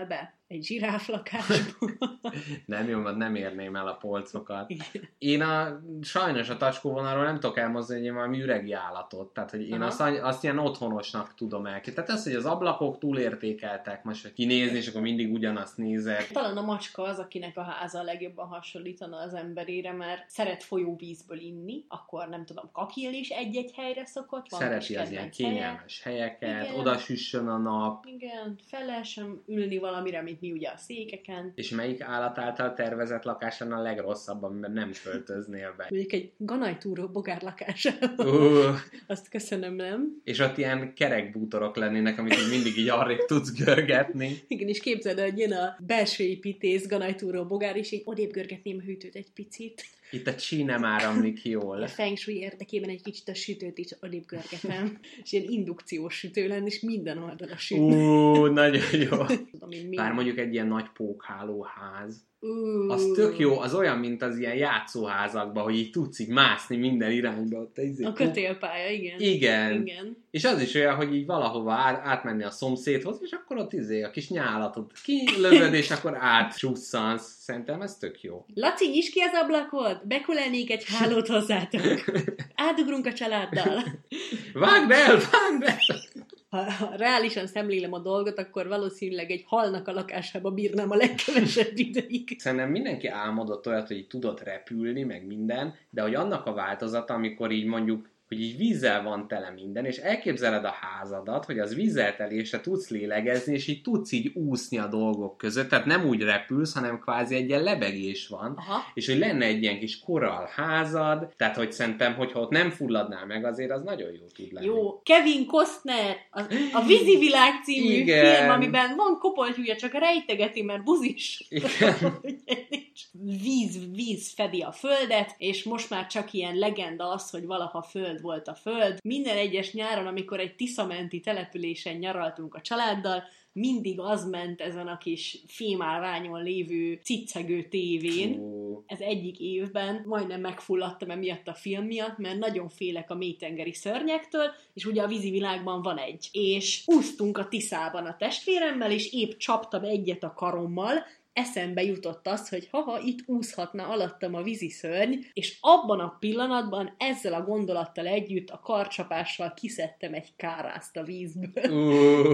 egy zsiráflakásból.
Nem jó, mert nem érném el a polcokat.
Igen.
Én a, sajnos a tacskóvonalról nem tudok elmozdulni, hogy én valami üregi állatot. Tehát, hogy én azt, azt ilyen otthonosnak tudom elképzelni. Tehát az, hogy az ablakok túlértékeltek, most kinézni, és akkor mindig ugyanazt nézek.
Talán a macska az, akinek a háza a legjobban hasonlítana az emberére, mert szeret folyóvízből inni, akkor nem tudom, kakilni is egy-egy helyre szokott. Van
szereti az ilyen kényelmes helyeket, oda süssön a nap.
Igen, fel lehessen ülni valamire, mint mi ugye a székeken.
És melyik állat által tervezett lakásán a legrosszabb, amiben nem költöznél be?
Mondjuk egy ganajtúró bogár lakásában.
Uh.
Azt köszönöm, nem?
És ott ilyen kerekbútorok lennének, amit így mindig így arrébb tudsz görgetni.
Igen, és képzeld, hogy jön a belső építész ganajtúró bogár, és így odébb görgetném a hűtőt egy picit.
Itt a csí nem áramlik jól.
A feng shui érdekében egy kicsit a sütőt is odébb görgetem. És ilyen indukciós sütő lenne, és minden oldalra sütne.
Ú, nagyon jó.
Tudom,
bár mondjuk egy ilyen nagy pókháló ház.
Uh.
Az tök jó, az olyan, mint az ilyen játszóházakban, hogy így tudsz így mászni minden irányba. Ott izé,
a kötélpálya, igen.
igen.
Igen.
És az is olyan, hogy így valahova át, átmenni a szomszédhoz, és akkor ott izé a kis nyálatot kilövöd, és akkor átsusszansz. Szerintem ez tök jó.
Laci, nyisd ki az ablakot! Bekulelnék egy hálót hozzátok. Átugrunk a családdal.
Vágd el, vágd el!
Ha, ha reálisan szemlélem a dolgot, akkor valószínűleg egy halnak a lakásába bírnám a legkevesebb ideig.
Szerintem mindenki álmodott olyat, hogy így tudott repülni, meg minden, de hogy annak a változata, amikor így mondjuk, hogy így vízzel van tele minden, és elképzeled a házadat, hogy az vízzel teli, és te tudsz lélegezni, és így tudsz így úszni a dolgok között, tehát nem úgy repülsz, hanem kvázi egy ilyen lebegés van, aha, és hogy lenne egy ilyen kis korall házad, tehát hogy szerintem, hogyha ott nem fulladnál meg, azért az nagyon jó tud lenni.
Jó, Kevin Costner, a, a Vízi Világ című
igen,
film, amiben van kopoltyúja, csak rejtegeti, mert buzis.
Igen.
víz, víz fedi a földet, és most már csak ilyen legenda az, hogy valaha föld volt a föld. Minden egyes nyáron, amikor egy tiszamenti településen nyaraltunk a családdal, mindig az ment ezen a kis fémálványon lévő ciccegő tévén. Uh. Ez egyik évben majdnem megfulladtam emiatt a film miatt, mert nagyon félek a mélytengeri szörnyektől, és ugye a Vízi Világban van egy. És úsztunk a Tiszában a testvéremmel, és épp csaptam egyet a karommal, eszembe jutott az, hogy haha, itt úszhatna alattam a víziszörny, és abban a pillanatban ezzel a gondolattal együtt a karcsapással kiszedtem egy kárászt a vízből.
Uh.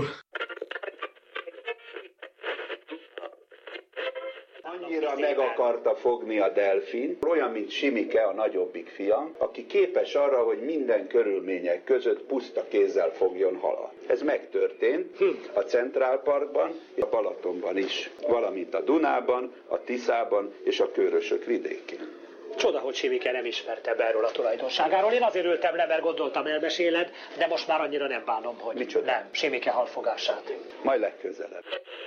Annyira meg akarta fogni a delfin, olyan, mint Simike, a nagyobbik fiam, aki képes arra, hogy minden körülmények között puszta kézzel fogjon halat. Ez megtörtént a Central Parkban, a Balatonban is, valamint a Dunában, a Tiszában és a Kőrösök vidékén.
Csoda, hogy Simike nem ismerte be erről a tulajdonságáról. Én azért ültem le, mert gondoltam, elmeséled, de most már annyira nem bánom, hogy
micsoda?
Nem, Simike halfogását.
Majd legközelebb.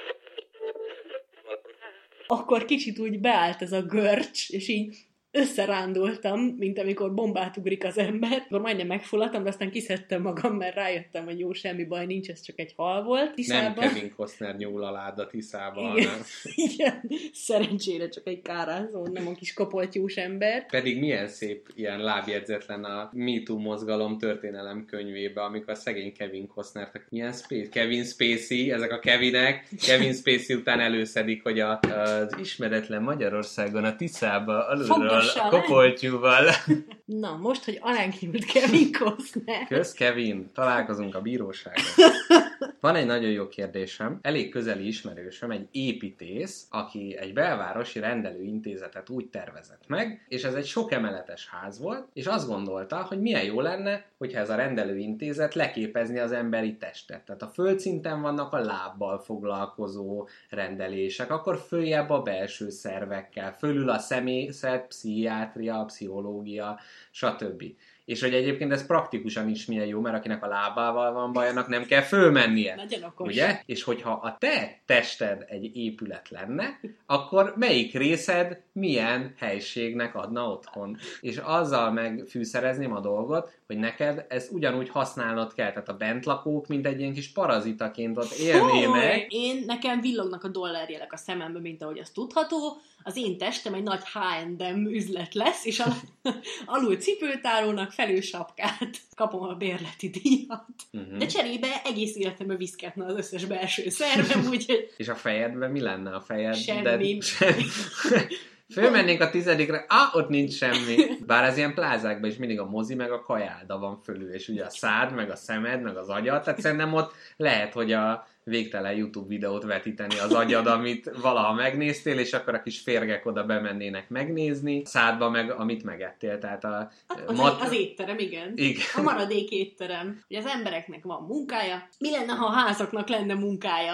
Akkor kicsit úgy beállt ez a görcs, és így összerándultam, mint amikor bombát ugrik az ember. Akkor majdnem megfulladtam, de aztán kiszedtem magam, mert rájöttem, hogy jó, semmi baj nincs, ez csak egy hal volt.
Tiszában. Nem Kevin Costner nyúl alád a Tiszában,
igen,
hanem.
Igen, szerencsére csak egy kárázó, nem a kis kopoltyús ember.
Pedig milyen szép ilyen lábjegyzetlen a Me Too mozgalom történelem könyvébe, amikor a szegény Kevin Costner, milyen Space, Kevin Spacey, ezek a Kevinek, Kevin Spacey után előszedik, hogy a, az ismeretlen Magyarországon a Tiszába alulról a kopoltyúval.
Na, most, hogy alánk nyúlt Kevin Costner.
Kösz, Kevin, találkozunk a bíróságon. Van egy nagyon jó kérdésem. Elég közeli ismerősöm, egy építész, aki egy belvárosi rendelőintézetet úgy tervezett meg, és ez egy sok emeletes ház volt, és azt gondolta, hogy milyen jó lenne, hogyha ez a rendelőintézet leképezni az emberi testet. Tehát a földszinten vannak a lábbal foglalkozó rendelések, akkor följebb a belső szervekkel, fölül a személyzet, pszichiátria, pszichológia, stb. És hogy egyébként ez praktikusan is milyen jó, mert akinek a lábával van baj, annak nem kell fölmennie.
Nagyon okos.
Ugye? És hogyha a te tested egy épület lenne, akkor melyik részed milyen helységnek adna otthon? És azzal megfűszerezném a dolgot, hogy neked ez ugyanúgy használnod kell. Tehát a bentlakók, mint egy ilyen kis parazitaként ott élnének.
Én, nekem villognak a dollárjelek a szemembe, mint ahogy az tudható. Az én testem egy nagy há és em üzlet lesz, és al- alul cipőtárónak, felősapkát, kapom a bérleti díjat.
Uh-huh.
De cserébe egész életemben viszketne az összes belső szervem, úgyhogy...
És a fejedben mi lenne a fejed?
Semmi.
De... Semmi. Fölmennénk a tizedikre, ah, ott nincs semmi. Bár az ilyen plázákban is mindig a mozi meg a kajálda van fölül, és ugye a szád, meg a szemed, meg az agyad, tehát szerintem ott lehet, hogy a végtelen YouTube videót vetíteni az agyad, amit valaha megnéztél, és akkor a kis férgek oda bemennének megnézni, szádba meg, amit megettél, tehát a...
Az,
mat...
az étterem, igen.
igen.
A maradék étterem. Ugye az embereknek van munkája, mi lenne, ha a házaknak lenne munkája?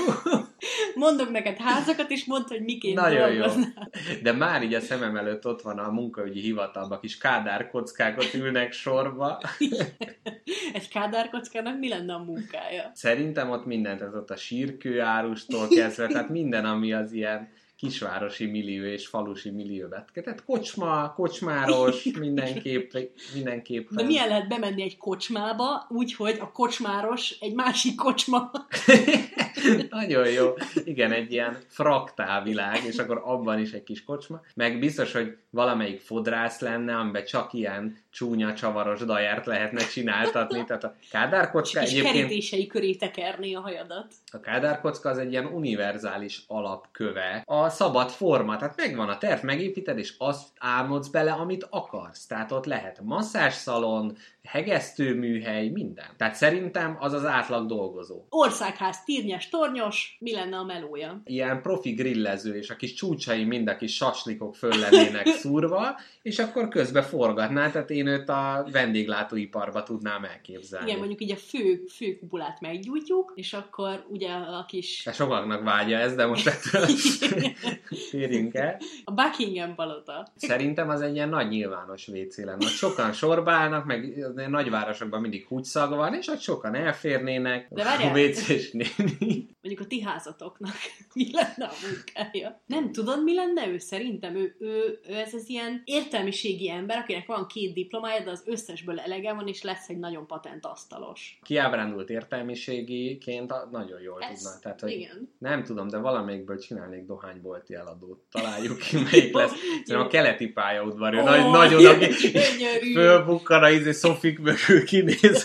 Mondok neked házakat, és mondd, hogy miként
nagyon
dolgoznál.
Jó. De már így a szemem előtt ott van a munkaügyi hivatalban, kis kádárkockákat ülnek sorba.
Egy kádárkockának mi lenne a munkája?
Szerintem ott mindent, ez ott a sírkőárustól kezdve, tehát minden, ami az ilyen kisvárosi millió és falusi millióban. Tehát kocsma, kocsmáros, mindenképp, mindenképpen.
De milyen lehet bemenni egy kocsmába, úgyhogy a kocsmáros egy másik kocsma?
Nagyon jó. Igen, egy ilyen fraktál világ, és akkor abban is egy kis kocsma. Meg biztos, hogy valamelyik fodrász lenne, amiben csak ilyen csúnya, csavaros dajárt lehetne csináltatni. Tehát a kádárkocka
és
egyébként...
kerítései köré tekerni a hajadat.
A kádárkocka az egy ilyen univerzális alapköve. A szabad forma, tehát megvan a terv, megépíted, és azt álmodsz bele, amit akarsz. Tehát ott lehet masszázsszalon, hegesztőműhely, minden. Tehát szerintem az az átlag dolgozó.
Országház, tírnyes, tornyos, mi lenne a melója?
Ilyen profi grillező, és a kis csúcsai mind a kis saslikok föl lennének szúrva, és akkor közben forgatná, tehát én őt a vendéglátóiparba tudnám elképzelni.
Igen, mondjuk így a fő, fő kupulát meggyújtjuk, és akkor ugye a kis...
De sokaknak vágya ez, de most ettől térjünk el.
A Buckingham palota.
Szerintem az egy ilyen nagy nyilvános vécé lenne. Ott sokan sorba állnak, meg nagyvárosokban mindig húgyszag van, és ott sokan elférnének.
De várjál,
a vécés néni.
Mondjuk a ti házatoknak mi lenne a munkája? Nem tudod, mi lenne ő? Szerintem ő, ő, ő ez az ilyen értelmiségi ember, akinek van két diplomája, de az összesből elege van, és lesz egy nagyon patent asztalos.
Kiábrándult értelmiségiként nagyon jól
Ez,
tudna. Tehát, hogy
igen.
nem tudom, de valamelyikből csinálnék dohánybolti eladót. Találjuk ki, melyik lesz. Szerintem a keleti pályaudvar. Oh, Nagy, nagyon, aki fölbukkan a izé szofik mögül kinéz.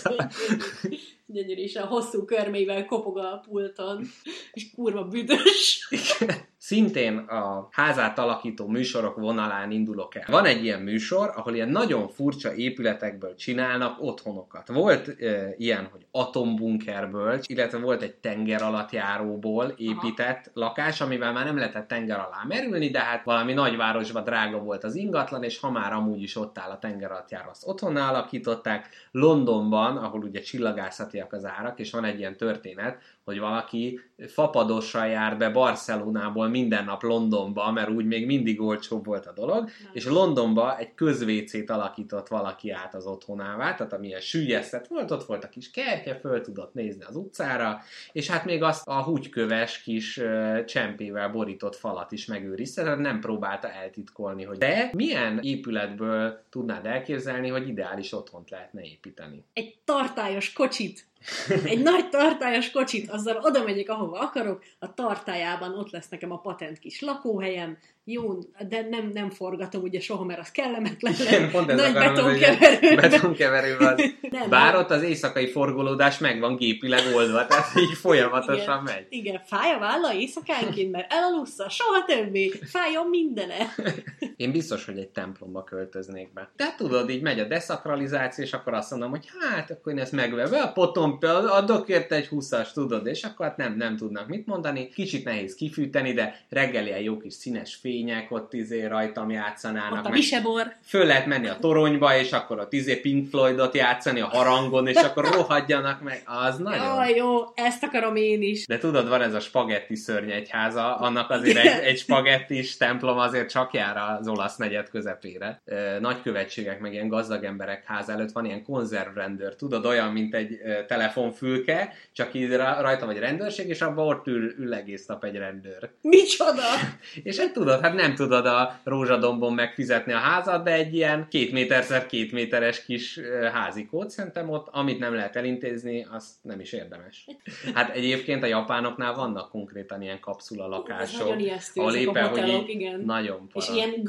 Gyönyörű, és a hosszú körmével kopog a pulton, és kurva büdös.
Szintén a házát alakító műsorok vonalán indulok el. Van egy ilyen műsor, ahol ilyen nagyon furcsa épületekből csinálnak otthonokat. Volt e, ilyen, hogy atombunkerből, illetve volt egy tengeralattjáróból épített Aha. lakás, amivel már nem lehetett tenger alá merülni, de hát valami nagyvárosban drága volt az ingatlan, és ha már amúgy is ott áll a tengeralattjáró, azt otthonnál alakították. Londonban, ahol ugye csillagászatiak az árak, és van egy ilyen történet, hogy valaki fapadossal jár be Barcelonából minden nap Londonba, mert úgy még mindig olcsóbb volt a dolog, Na. és Londonba egy közvécét alakított valaki át az otthonává, tehát amilyen süllyesztett volt, ott volt a kis kertje, föl tudott nézni az utcára, és hát még azt a húgyköves kis uh, csempével borított falat is megőrizte, tehát nem próbálta eltitkolni, hogy de milyen épületből tudnád elképzelni, hogy ideális otthont lehetne építeni?
Egy tartályos kocsit. Egy nagy tartályos kocsit, azzal oda megyek, ahova akarok, a tartályában ott lesz nekem a patent kis lakóhelyem, jó, de nem, nem forgatom ugye soha, mert az kellemetlen lesz.
Pont ez
nagy
betonkeverő. Betonkeverő az.
Nem,
Bár
nem.
ott az éjszakai forgolódás meg van gépileg oldva, tehát így folyamatosan
igen,
megy.
Igen, fáj a válla éjszakánként, mert elalussza, soha többé, fájjon mindene.
Én biztos, hogy egy templomba költöznék be. Tehát tudod, így megy a deszakralizáció, és akkor azt mondom, hogy hát, akkor én ezt megveve a potom, adok érte egy húszas, tudod, és akkor hát nem, nem tudnak mit mondani. Kicsit nehéz kifűteni, de reggel ilyen jó kis színes fények ott izé rajtam játszanának.
Ott a misebor.
Föl lehet menni a toronyba, és akkor ott izé Pink Floydot játszani a harangon, és akkor rohadjanak meg. Az nagyon...
Jaj, jó, ezt akarom én is.
De tudod, van ez a spagetti szörnyegyháza, annak azért egy, egy spagettis templom azért csak jár az olasz negyed közepére. Nagykövetségek, meg ilyen gazdag emberek ház előtt van ilyen konzervrendőr, tudod, olyan, mint egy telefonfülke, csak így rajta vagy rendőrség, és abban ott ül, ül egész nap egy rendőr.
Micsoda?
És hát tudod, hát nem tudod a Rózsadombon megfizetni a házat, de egy ilyen két méterszer két méteres kis házikót, szerintem ott, amit nem lehet elintézni, azt nem is érdemes. Hát egyébként a japánoknál vannak konkrétan ilyen kapszula lakások.
Ez nagyon ijesztő,
ahol éppen,
a hotelok,
hogy
igen.
nagyon para.
És ilyen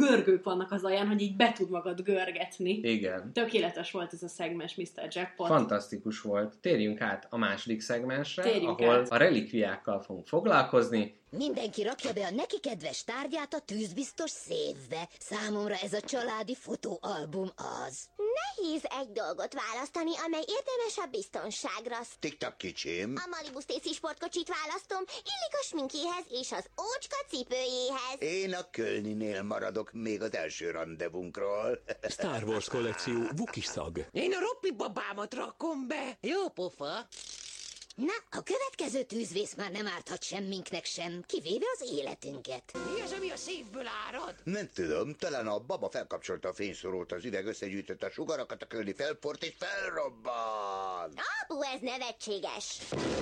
görgők vannak az alján, hogy így be tud magad görgetni.
Igen.
Tökéletes volt ez a szegmens, miszter Jackpot.
Fantasztikus volt. Térjünk át a második szegmensre,
Térjünk
ahol
át.
a relikviákkal fogunk foglalkozni.
Mindenki rakja be a neki kedves tárgyát a tűzbiztos széfbe. Számomra ez a családi fotóalbum az.
Nehéz egy dolgot választani, amely érdemes a biztonságra.
Tiktak kicsim.
A Malibu Stacy sportkocsit választom, illik a sminkéhez és az ócska cipőjéhez.
Én a Kölninél maradok még az első randevunkról.
Star Wars kollekció Wookiee szag.
Én a Roppi babámat rakom be. Jó pofa.
Na, a következő tűzvész már nem árthat semminknek sem, kivéve az életünket.
Mi az, ami a szívből árad?
Nem tudom, talán a baba felkapcsolta a fényszorót, az üveg összegyűjtötte a sugarakat, a Kölni felport és felrobban.
Apu, ez nevetséges.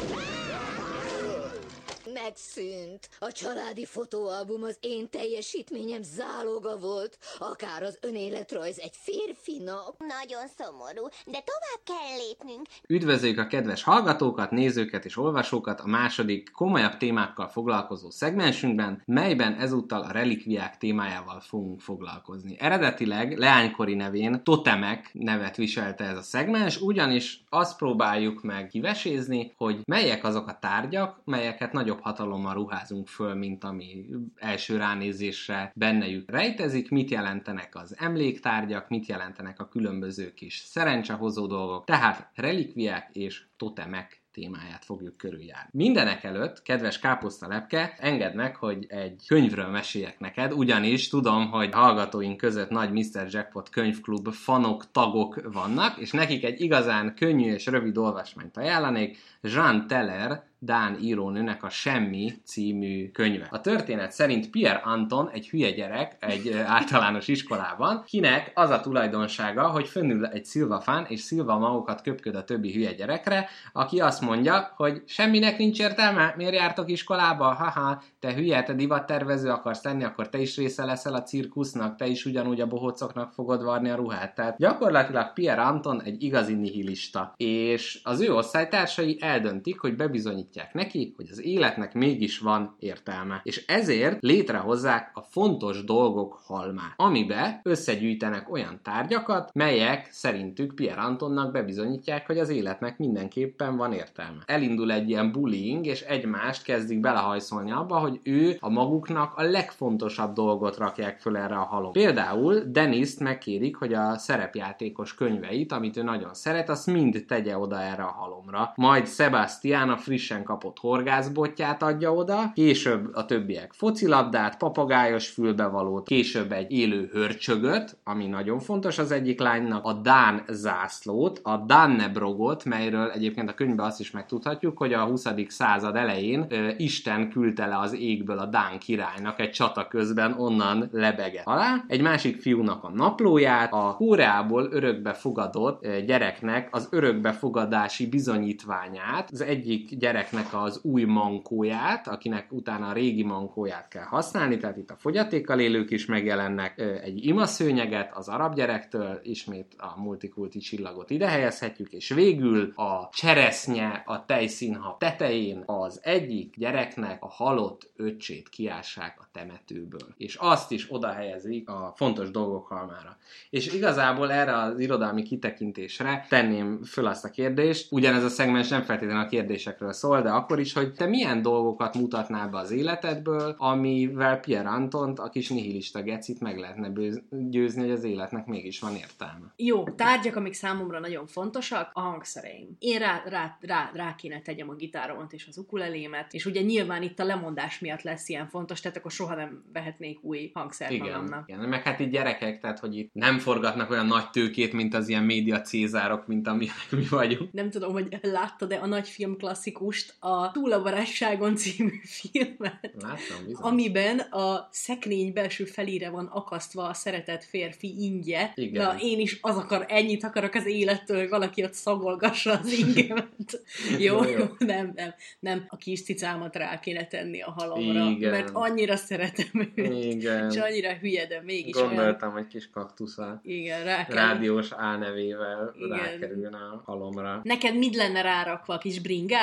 Megszűnt. A családi fotóalbum az én teljesítményem záloga volt, akár az önéletrajz egy férfinak.
Nagyon szomorú, de tovább kell lépnünk.
Üdvözöljük a kedves hallgatókat, nézőket és olvasókat a második komolyabb témákkal foglalkozó szegmensünkben, melyben ezúttal a relikviák témájával fogunk foglalkozni. Eredetileg leánykori nevén Totemek nevet viselte ez a szegmens, ugyanis azt próbáljuk meg kivesézni, hogy melyek azok a tárgyak, melyeket nagyobb hatalommal ruházunk föl, mint ami első ránézésre bennejük rejtezik, mit jelentenek az emléktárgyak, mit jelentenek a különböző kis szerencsehozó dolgok, tehát relikviák és totemek témáját fogjuk körüljárni. Mindenek előtt, kedves káposztalepke, engedd meg, hogy egy könyvről meséljek neked, ugyanis tudom, hogy hallgatóink között nagy miszter Jackpot könyvklub fanok, tagok vannak, és nekik egy igazán könnyű és rövid olvasmányt ajánlanék, Jean Teller, dán írónőnek a Semmi című könyve. A történet szerint Pierre Anton egy hülye gyerek egy általános iskolában, kinek az a tulajdonsága, hogy fönnül egy szilvafán, és szilva magokat köpköd a többi hülye gyerekre, aki azt mondja, hogy semminek nincs értelme, miért jártok iskolába? Haha, te hülye, te divattervező akarsz lenni, akkor te is része leszel a cirkusznak, te is ugyanúgy a bohócoknak fogod varni a ruhát. Tehát gyakorlatilag Pierre Anton egy igazi nihilista, és az ő osztálytársai eldöntik, hogy bebizonyítják neki, hogy az életnek mégis van értelme. És ezért létrehozzák a fontos dolgok halmát, amibe összegyűjtenek olyan tárgyakat, melyek szerintük Pierre Antonnak bebizonyítják, hogy az életnek mindenképpen van értelme. Elindul egy ilyen bullying, és egymást kezdik belehajszolni abba, hogy ő a maguknak a legfontosabb dolgot rakják föl erre a halom. Például Dennis-t megkérik, hogy a szerepjátékos könyveit, amit ő nagyon szeret, azt mind tegye oda erre a halomra. Majd Sebastian a frissen kapott horgászbotját adja oda, később a többiek focilabdát, papagájos fülbevalót, később egy élő hörcsögöt, ami nagyon fontos az egyik lánynak, a dán zászlót, a Dannebrogot, melyről egyébként a könyvben azt is megtudhatjuk, hogy a huszadik század elején ö, Isten küldte le az égből a dán királynak egy csata közben, onnan lebege alá. Egy másik fiúnak a naplóját, a Koreából örökbe fogadott ö, gyereknek az örökbefogadási bizonyítványát, az egyik gyereknek az új mankóját, akinek utána a régi mankóját kell használni, tehát itt a fogyatékkal élők is megjelennek, ö, egy imaszőnyeget az arab gyerektől, ismét a multikulti csillagot ide helyezhetjük, és végül a cseresznye a tejszínhab tetején az egyik gyereknek a halott öccsét kiássák a temetőből. És azt is oda helyezik a fontos dolgok halmára. És igazából erre az irodalmi kitekintésre tenném föl azt a kérdést, ugyanez a szegmens nem feltétlenül a kérdésekről szól, de akkor is, hogy te milyen dolgokat mutatnál be az életedből, amivel Pierre Antont, a kis nihilista gecit meg lehetne győzni, hogy az életnek mégis van értelme.
Jó, tárgyak, amik számomra nagyon fontosak, a hangszereim. Én rá, rá, rá, rá kéne tegyem a gitáromat és az ukulelémet, és ugye nyilván itt a lemondás miatt lesz ilyen fontos, tehát akkor soha nem vehetnék új hangszert
igen,
magamnak.
Igen, meg hát itt gyerekek, tehát hogy itt nem forgatnak olyan nagy tőkét, mint az ilyen média cézárok, mint amilyenek mi vagyunk.
Nem tudom, hogy láttad-e a nagy filmklasszikust, a Túl a varázsságon című filmet.
Láttam, bizony.
Amiben a szekrény belső felére van akasztva a szeretett férfi ingye.
Igen.
Na, én is az akar, ennyit akarok az élettől, hogy valaki ott szagolgassa az ingemet. Jó, jó, nem, nem, nem. A kis cicámat rá kéne tenni a halomra,
igen.
mert annyira szeretem őt.
Igen.
És annyira hülye, de mégis
Gondoltam,
olyan...
hogy kis kaktusza.
Igen, rá kell.
Rádiós álnevével
igen.
rákerülne a halomra.
Neked mit lenne rárakva, a kis bringád?
Ó,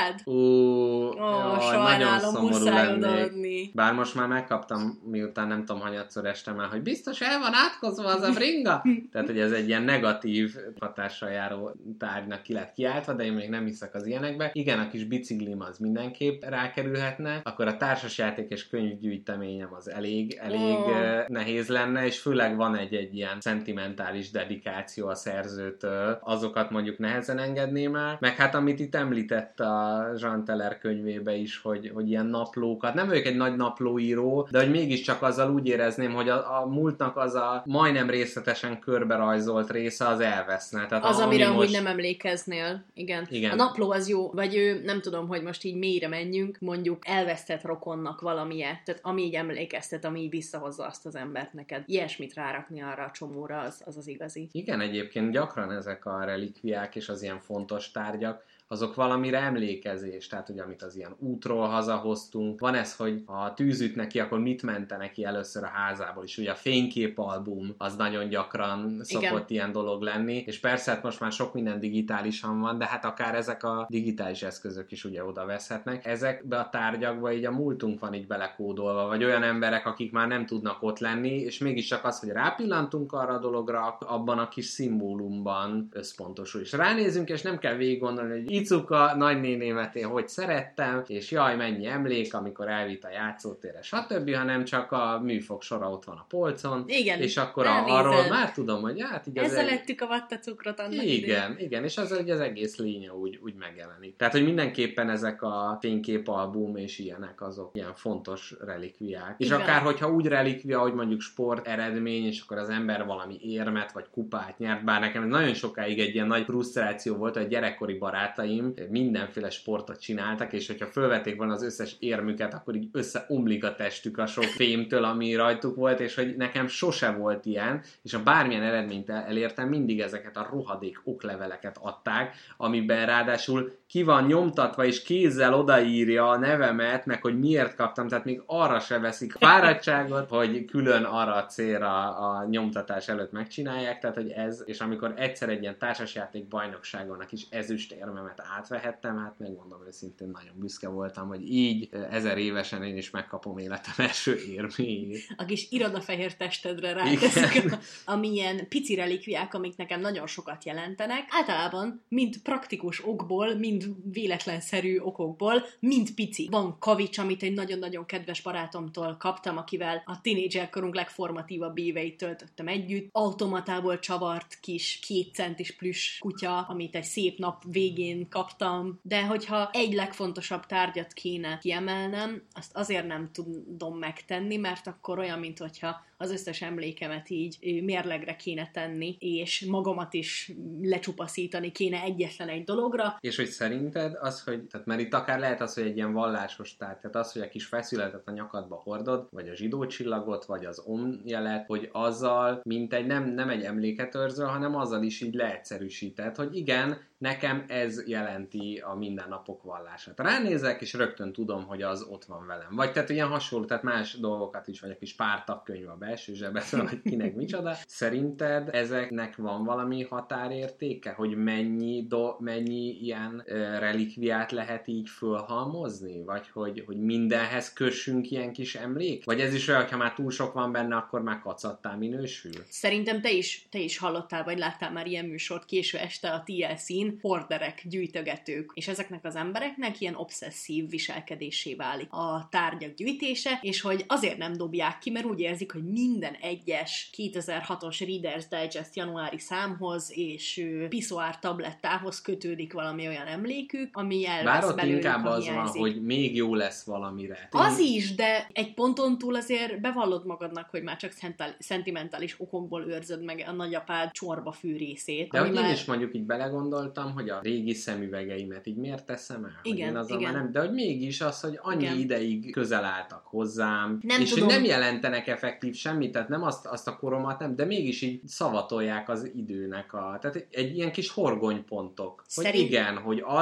oh, sajnálom, muszáj odaadni.
Bár most már megkaptam, miután nem tudom, hanyatszor estem el, hogy biztos el van átkozva az a bringa. Tehát, hogy ez egy ilyen negatív hatással járó tárgynak ki lett kiáltva, de én még nem hiszek az ilyenekbe. Igen, a kis biciklim az mindenképp rákerülhetne, akkor a társasjáték és könyvgyűjteményem az elég, elég oh. nehéz lenne, és főleg van egy-egy ilyen szentimentális dedikáció a szerzőtől, azokat mondjuk nehezen engedném el. Meg hát amit itt említett a Jean Teller könyvébe is, hogy, hogy ilyen naplókat, nem vagyok egy nagy naplóíró, de hogy mégiscsak azzal úgy érezném, hogy a, a múltnak az a majdnem részletesen körberajzolt része az elveszne. Tehát
az,
ami
amire
most...
amúgy nem emlékeznél. Igen. Igen. A napló az jó, vagy ő, nem tudom, hogy most így mélyre menjünk, mondjuk elvesztett rokonnak valamilyet, tehát ami így emlékeztet, ami így visszahozza azt az embert neked. Ilyesmit rárakni arra a csomóra, az az, az igazi.
Igen, egyébként gyakran ezek a relikviák és az ilyen fontos tárgyak, azok valamire emlékezés, tehát ugye amit az ilyen útról hazahoztunk. Van ez, hogy ha tűz üt neki, akkor mit mente neki először a házából is. Ugye a fényképalbum az nagyon gyakran szokott igen. ilyen dolog lenni, és persze hát most már sok minden digitálisan van, de hát akár ezek a digitális eszközök is ugye oda veszhetnek. Ezekbe a tárgyakba így a múltunk van így belekódolva, vagy olyan emberek, akik már nem tudnak ott lenni, és mégiscsak az, hogy rápillantunk arra a dologra, abban a kis szimbólumban összpontosul. És ránézünk, és nem kell végig gondolni, hogy Icuka nagynénémet én hogy szerettem, és jaj, mennyi emlék, amikor elvitt a játszótérre, stb., hanem csak a műfog sora ott van a polcon,
igen,
és akkor a, arról már tudom, hogy hát így az
ezzel
egy...
lettük a vattacukrot annak
Igen, idején. igen, és az, hogy az egész lénye úgy, úgy megjelenik. Tehát, hogy mindenképpen ezek a fényképalbum és ilyenek azok ilyen fontos relikviák. És igen. akár, hogyha úgy relikvia, hogy mondjuk sport eredmény, és akkor az ember valami érmet vagy kupát nyert, bár nekem nagyon sokáig egy ilyen nagy frusztráció volt, hogy gyerekkori barátaim mindenféle sportot csináltak, és hogyha fölvették volna az összes érmüket, akkor így összeomlik a testük a sok fémtől, ami rajtuk volt, és hogy nekem sose volt ilyen, és a bármilyen eredményt elértem, mindig ezeket a rohadék okleveleket adták, amiben ráadásul ki van nyomtatva, és kézzel odaírja a nevemet, meg hogy miért kaptam, tehát még arra se veszik fáradtságot, hogy külön arra a célra a nyomtatás előtt megcsinálják, tehát hogy ez, és amikor egyszer egy ilyen társasjáték bajnokságonak is ezüst érmemet átvehettem, hát megmondom őszintén, nagyon büszke voltam, hogy így ezer évesen én is megkapom életem első érméjét.
A kis irodafehér testedre ráteszik, amilyen pici relikviák, amik nekem nagyon sokat jelentenek. Általában mind praktikus okból, mind véletlenszerű okokból, mind pici. Van kavics, amit egy nagyon-nagyon kedves barátomtól kaptam, akivel a tínédzserkorunk legformatívabb éveit töltöttem együtt. Automatából csavart kis két centis plüss kutya, amit egy szép nap végén kaptam, de hogyha egy legfontosabb tárgyat kéne kiemelnem, azt azért nem tudom megtenni, mert akkor olyan, mint hogyha az összes emlékemet így mérlegre kéne tenni, és magamat is lecsupaszítani kéne egyetlen egy dologra.
És hogy szerinted az, hogy, tehát mert itt akár lehet az, hogy egy ilyen vallásos tárgy, tehát az, hogy a kis feszületet a nyakadba hordod, vagy a zsidó csillagot, vagy az om jelet, hogy azzal, mint egy, nem, nem egy emléket őrzöl, hanem azzal is így leegyszerűsített, hogy igen, nekem ez jelenti a mindennapok vallását. Ránézek, és rögtön tudom, hogy az ott van velem. Vagy tehát ilyen hasonló, tehát más dolgokat is, vagy a kis pártakkönyv a belső zsebetől, vagy kinek micsoda. Szerinted ezeknek van valami határértéke, hogy mennyi, do, mennyi ilyen ö, relikviát lehet így fölhalmozni? Vagy hogy, hogy mindenhez kössünk ilyen kis emlék? Vagy ez is olyan, hogy ha már túl sok van benne, akkor már kacattá minősül?
Szerintem te is, te is hallottál, vagy láttál már ilyen műsort késő este a té el cén, horderek, gyűjtögetők, és ezeknek az embereknek ilyen obszesszív viselkedésé válik a tárgyak gyűjtése, és hogy azért nem dobják ki, mert úgy érzik, hogy minden egyes kétezer-hatos Reader's Digest januári számhoz és piszoár tablettához kötődik valami olyan emlékük, ami elvesz belőlük,
inkább
ha
az
hiányzik.
van, hogy még jó lesz valamire.
Az is, de egy ponton túl azért bevallod magadnak, hogy már csak szentimentális okokból őrzöd meg a nagyapád csorba fű részét.
De hogy
már...
én is mondjuk így belegondoltam, hogy a régi szemüvegeimet így miért teszem el?
Igen,
hogy én
igen.
Nem, de hogy mégis az, hogy annyi igen. ideig közel álltak hozzám,
nem
és
tudom.
hogy nem jelentenek effektív semmit, tehát nem azt, azt a koromat nem, de mégis így szavatolják az időnek a, tehát egy ilyen kis horgonypontok. Hogy
Szerint...
igen, hogy az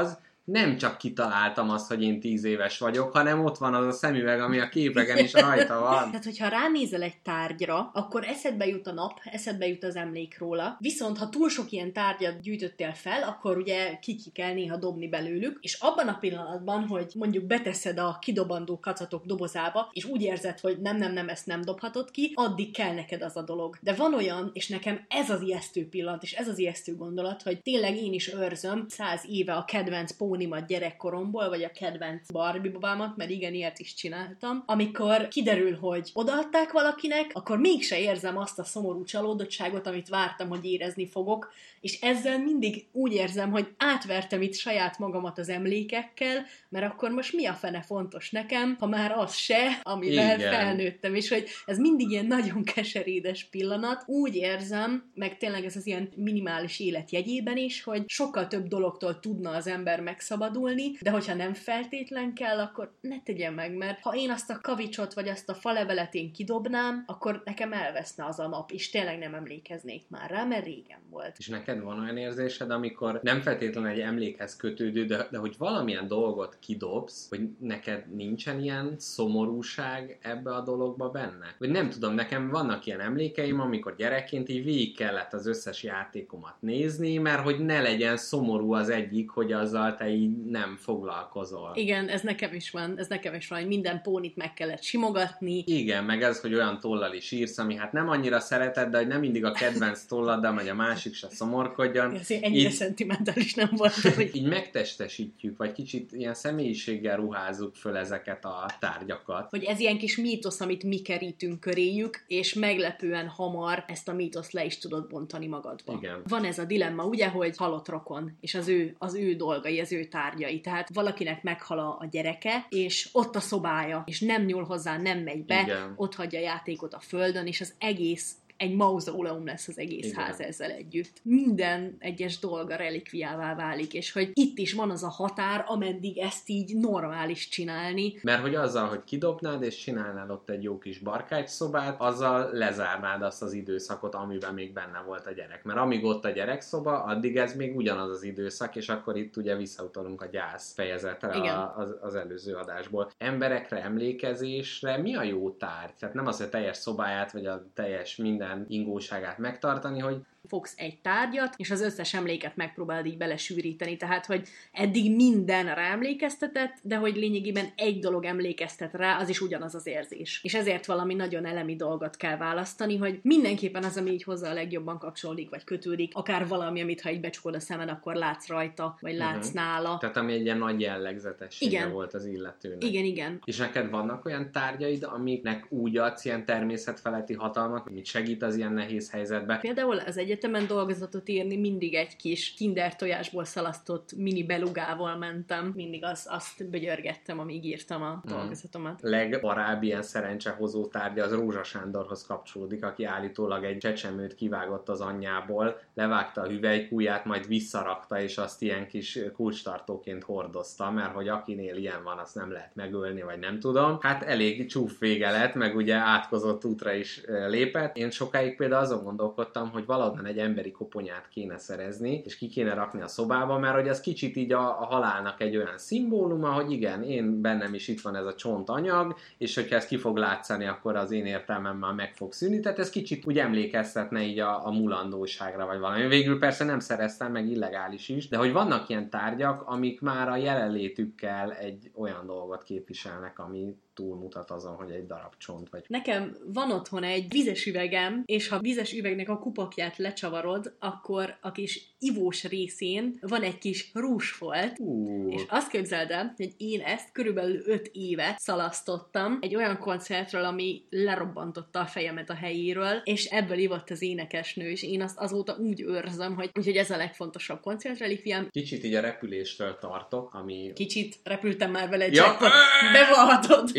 nem csak kitaláltam azt, hogy én tíz éves vagyok, hanem ott van az a szemüveg, ami a képeken is rajta van.
Tehát, hogyha ránézel egy tárgyra, akkor eszedbe jut a nap, eszedbe jut az emlék róla. Viszont, ha túl sok ilyen tárgyat gyűjtöttél fel, akkor ugye ki kell néha dobni belőlük, és abban a pillanatban, hogy mondjuk beteszed a kidobandó kacatok dobozába, és úgy érzed, hogy nem, nem, nem, ezt nem dobhatod ki, addig kell neked az a dolog. De van olyan, és nekem ez az ijesztő pillanat, és ez az ijesztő gondolat, hogy tényleg én is őrzöm száz éve a kedvenc pónimat gyerekkoromból, vagy a kedvenc Barbie babámat, mert igen, ilyet is csináltam. Amikor kiderül, hogy odaadták valakinek, akkor mégse érzem azt a szomorú csalódottságot, amit vártam, hogy érezni fogok, és ezzel mindig úgy érzem, hogy átvertem itt saját magamat az emlékekkel, mert akkor most mi a fene fontos nekem, ha már az se, amivel igen. felnőttem, és hogy ez mindig ilyen nagyon keserédes pillanat. Úgy érzem, meg tényleg ez az ilyen minimális élet jegyében is, hogy sokkal több dologtól tudna az ember megszabadulni, de hogyha nem feltétlen kell, akkor ne tegye meg, mert ha én azt a kavicsot, vagy azt a falevelet én kidobnám, akkor nekem elveszne az a nap, és tényleg nem emlékeznék már rá, mert régen volt.
És neked van olyan érzésed, amikor nem feltétlenül egy emlékhez kötődő, de, de hogy valamilyen dolgot kidobsz, hogy neked nincsen ilyen szomorúság ebbe a dologba benne? Vagy nem tudom, nekem vannak ilyen emlékeim, amikor gyerekként így végig kellett az összes játékomat nézni, mert hogy ne legyen szomorú az egyik, hogy azzal te így nem foglalkozol.
Igen, ez nekem is van, ez nekem is van, hogy minden pónit meg kellett simogatni.
Igen, meg ez, hogy olyan tollal is írsz, ami hát nem annyira szereted, de hogy nem mindig a kedvenc tolladdal, vagy a másik se szomorkodjon.
Ez ennyire így, szentimentális nem volt. Hogy...
így megtestesítjük, vagy kicsit ilyen személyiséggel ruházzuk föl ezeket a tárgyakat.
Hogy ez ilyen kis mítosz, amit mi kerítünk köréjük, és meglepően hamar ezt a mítoszt le is tudod bontani magadba.
Igen.
Van ez a dilemma, ugye, hogy halott rokon, és az ő, az ő dolgai, az ő tárgyai. Tehát valakinek meghal a gyereke, és ott a szobája, és nem nyúl hozzá, nem megy be, igen. ott hagyja a játékot a földön, és az egész egy mauzóleum lesz az egész igen. ház ezzel együtt. Minden egyes dolga relikviává válik, és hogy itt is van az a határ, ameddig ezt így normális csinálni.
Mert hogy azzal, hogy kidobnád, és csinálnál ott egy jó kis barkács szobát, azzal lezárnád azt az időszakot, amiben még benne volt a gyerek. Mert amíg ott a gyerekszoba, addig ez még ugyanaz az időszak, és akkor itt ugye visszautalunk a gyász fejezetre a, az, az előző adásból. Emberekre, emlékezésre mi a jó tárgy? Tehát nem az, hogy a teljes szobáját, vagy a teljes minden ingóságát megtartani, hogy
fogsz egy tárgyat, és az összes emléket megpróbálod így belesűríteni. Tehát, hogy eddig mindenre emlékeztetett, de hogy lényegében egy dolog emlékeztet rá, az is ugyanaz az érzés. És ezért valami nagyon elemi dolgot kell választani, hogy mindenképpen az, ami így hozzá a legjobban kapcsolódik, vagy kötődik, akár valami, amit ha így becsukod a szemed, akkor látsz rajta, vagy látsz uh-huh. nála.
Tehát ami egy ilyen nagy jellegzetessége igen. volt az illetőnek.
Igen, igen.
És neked vannak olyan tárgyaid, amiknek úgy adsz ilyen természetfeletti hatalmat, amit segít az ilyen nehéz helyzetbe?
Például az egyetemen dolgozatot írni mindig egy kis kinder tojásból szalasztott mini belugával mentem. Mindig az, azt bögyörgettem, amíg írtam a hmm. dolgozatomat.
Legparább ilyen szerencsehozó tárgya az Rózsa Sándorhoz kapcsolódik, aki állítólag egy csecsemőt kivágott az anyjából, levágta a hüvelykujját, majd visszarakta, és azt ilyen kis kulcstartóként hordozta, mert hogy akinél ilyen van, azt nem lehet megölni, vagy nem tudom. Hát elég csúf vége lett, meg ugye átkozott útra is lépett. Én sokáig például azon gondolkodtam, hogy valahonnan egy emberi koponyát kéne szerezni, és ki kéne rakni a szobába, mert hogy az kicsit így a, a halálnak egy olyan szimbóluma, hogy igen, én bennem is itt van ez a csontanyag, és hogyha ez ki fog látszani, akkor az én értelmemmel meg fog szűnni, tehát ez kicsit úgy emlékeztetne így a, a mulandóságra, vagy valami. Végül persze nem szereztem, meg illegális is, de hogy vannak ilyen tárgyak, amik már a jelenlétükkel egy olyan dolgot képviselnek, ami túlmutat azon, hogy egy darab csont vagy.
Nekem van otthon egy vízes üvegem, és ha vízes üvegnek a kupakját lecsavarod, akkor a kis ivós részén van egy kis rúzsfolt, uh. és azt képzeld el, hogy én ezt körülbelül öt éve szalasztottam egy olyan koncertről, ami lerobbantotta a fejemet a helyéről, és ebből ivott az énekesnő, és én azt azóta úgy őrzöm, hogy úgyhogy ez a legfontosabb koncertrelikviám.
Kicsit így a repüléstől tartok, ami...
Kicsit repültem már vele, ja. Jackpot, bevallhatod.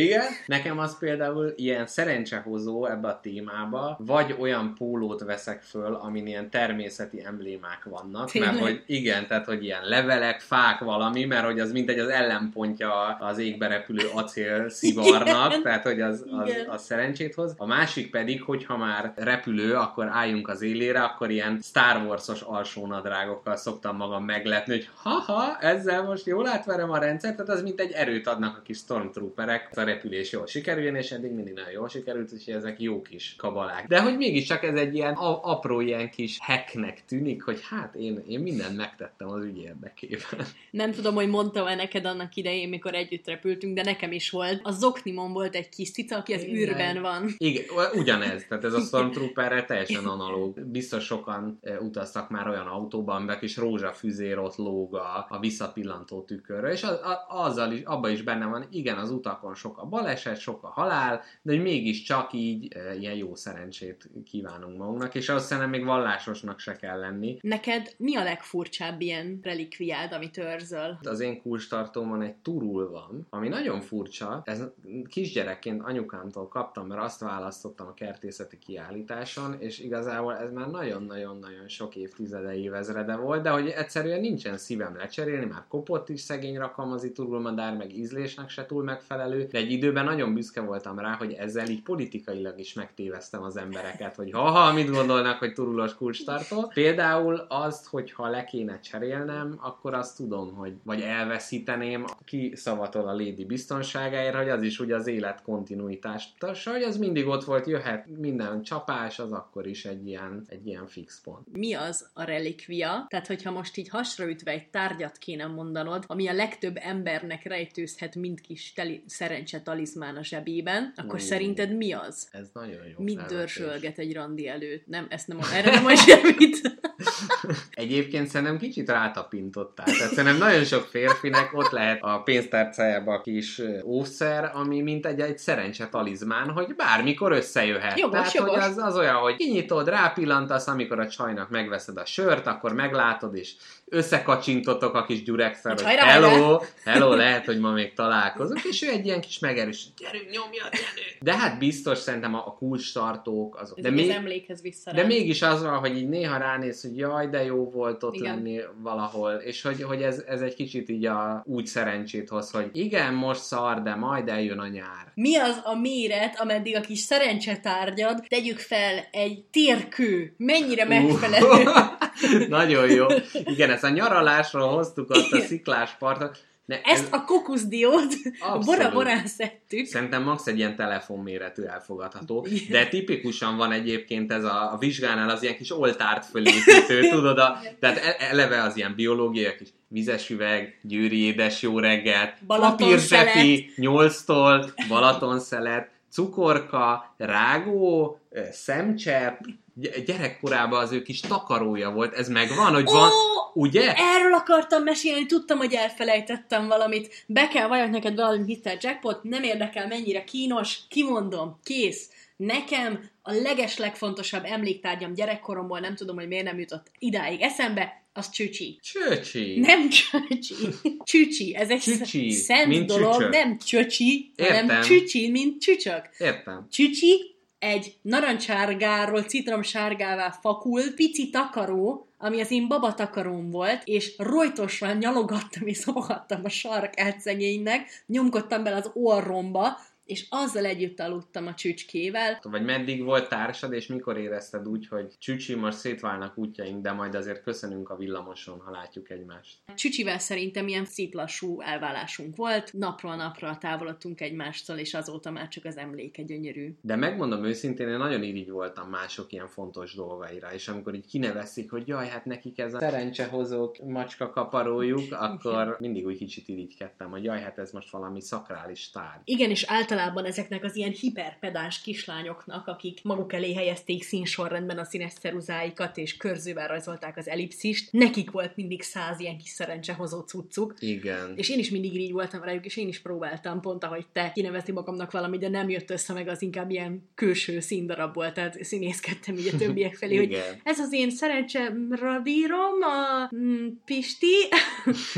Igen. Nekem az például ilyen szerencsehozó ebbe a témába, vagy olyan pólót veszek föl, amin ilyen természeti emblémák vannak,
Tényleg?
mert hogy igen, tehát hogy ilyen levelek, fák, valami, mert hogy az mindegy az ellenpontja az égbe repülő acél szivarnak,
Igen.
tehát hogy az, az,
Igen.
az szerencsét hoz. A másik pedig, hogy ha már repülő, akkor álljunk az élére, akkor ilyen Star Wars-os alsónadrágokkal szoktam magam meglepni, hogy haha, ezzel most jól átverem a rendszert, tehát az mint egy erőt adnak a kis stormtrooperek, a repülés jól sikerüljön, és eddig mindig nagyon jól sikerült, úgyhogy ezek jó kis kabalák. De hogy mégiscsak ez egy ilyen a- apró ilyen kis hacknek tűnik, hogy hát én, én mindent megtettem az ügy érdekében.
Nem tudom, hogy mondtam-e neked annak idején, mikor együtt repültünk, de nekem is volt. A zoknimon volt egy kis cica, aki az űrben van.
Igen, ugyanez, tehát ez a Stormtrooperrel teljesen analóg. Biztos sokan e, utaztak már olyan autóban, amiben kis rózsafüzér ott lóg a, a visszapillantó tükörre, és az, a, azzal is, abban is benne van, igen, az utakon sok a baleset, sok a halál, de hogy mégiscsak így e, ilyen jó szerencsét kívánunk magunknak, és azt szerintem még vallásosnak se kell lenni.
Neked mi a legfurcsább ilyen relikviád, amit őrzöl?
Az én kulcstartómon egy turul van, ami nagyon furcsa. Ez kisgyerekként anyukámtól kaptam, mert azt választottam a kertészeti kiállításon, és igazából ez már nagyon-nagyon-nagyon sok évtizede, évezrede volt, de hogy egyszerűen nincsen szívem lecserélni, már kopott is szegény rakalmazi turulmadár, meg ízlésnek se túl megfelelő, de egy időben nagyon büszke voltam rá, hogy ezzel így politikailag is megtéveztem az embereket, hogy haha, mit gondolnak, hogy turulos kulcstartó. Például azt, hogy ha le kéne cserélnem, akkor azt tudom, hogy vagy elveszíteném, ki szavatol a Lady biztonságáért, hogy az is ugye az élet kontinuitást tassa, hogy az mindig ott volt, jöhet minden csapás, az akkor is egy ilyen, egy ilyen fix pont.
Mi az a relikvia? Tehát, hogyha most így hasraütve egy tárgyat kéne mondanod, ami a legtöbb embernek rejtőzhet mind kis teli- szerencse talizmán a zsebében, akkor
Ú.
szerinted mi az?
Ez nagyon jó.
Mit
felvetés.
dörzsölget egy randi előtt? Nem, ezt nem mond, erre nem mond semmit.
Egyébként szerintem kicsit rátapintottál. Tehát szerintem nagyon sok férfinek ott lehet a pénztárcájában a kis ószer, ami mint egy, egy szerencse talizmán, hogy bármikor összejöhet.
Jogos,
Tehát,
jogos.
hogy az, az olyan, hogy kinyitod, rápillantasz, amikor a csajnak megveszed a sört, akkor meglátod, és összekacsintotok a kis gyurexel, hogy
hajrá,
hello,
hajrá.
hello, lehet, hogy ma még találkozunk, és ő egy ilyen kis megerős, gyerünk, nyomja, gyerünk. De hát biztos szerintem a, a kulcstartók azok.
Ez
De,
így
még,
az emlékhez vissza
de
rá.
mégis az van, hogy így néha ránéz, hogy jaj, de jó volt ott
Igen.
lenni valahol, és hogy, hogy ez, ez egy kicsit így a, úgy szerencsét hoz, hogy igen, most szar, de majd eljön a nyár.
Mi az a méret, ameddig a kis szerencsetárgyad, tegyük fel, egy térkő, mennyire megfelelő?
Uh, nagyon jó. Igen, ezt a nyaralásról hoztuk ott a sziklás parton. Ne,
Ezt
ez
a kokuszdiót bora-borán szedtük.
Szerintem max egy ilyen telefonméretű elfogadható, de tipikusan van egyébként ez a, a vizsgánál az ilyen kis oltárt fölépítő, tudod, a, tehát eleve az ilyen biológiai kis vizes üveg, győri édes jó reggelt, papírzsepi nyolctól, Balatonszelet, cukorka, rágó, szemcsepp, gyerekkorában az ő kis takarója volt, ez megvan, hogy van,
oh,
ugye?
Erről akartam mesélni, tudtam, hogy elfelejtettem valamit. Be kell valljak neked valamit, miszter Jackpot, nem érdekel mennyire kínos, kimondom, kész. Nekem a legeslegfontosabb emléktárgyam gyerekkoromból, nem tudom, hogy miért nem jutott idáig eszembe, az csücsi.
Csöcsi.
Nem csöcsi. Csücsi. Ez egy
Csücsi.
szent
Mint
dolog,
csücsök.
nem csöcsi, hanem
Értem.
csücsi, mint csücsök.
Értem.
Csücsi egy narancsárgáról citromsárgává fakult pici takaró, ami az én babatakaróm volt, és rojtosan nyalogattam és szopogattam a sark átszegénynek, nyomkodtam bele az orromba, és azzal együtt aludtam a csücskével.
Vagy meddig volt társad, és mikor érezted úgy, hogy csücsi, most szétválnak útjaink, de majd azért köszönünk a villamoson, ha látjuk egymást.
Csücsivel szerintem ilyen szétlassú elválásunk volt, napról napra távolodtunk egymástól, és azóta már csak az emléke gyönyörű.
De megmondom őszintén, én nagyon irigy voltam mások ilyen fontos dolgaira, és amikor így kineveszik, hogy jaj, hát nekik ez a szerencsehozók macska kaparójuk, akkor mindig úgy kicsit irigykedtem, hogy jaj, hát ez most valami szakrális tárgy.
Igen, és általában ezeknek az ilyen hiperpedáns kislányoknak, akik maguk elé helyezték színsorrendben a színes ceruzáikat, és körzővel rajzolták az ellipszist, nekik volt mindig száz ilyen kis szerencsehozó cuccuk.
Igen.
És én is mindig így voltam rájuk, és én is próbáltam pont, ahogy te kinevezni magamnak valami, de nem jött össze, meg az inkább ilyen külső színdarab volt, tehát színészkedtem így a többiek felé, hogy ez az én szerencse radírom, a mm, Pisti.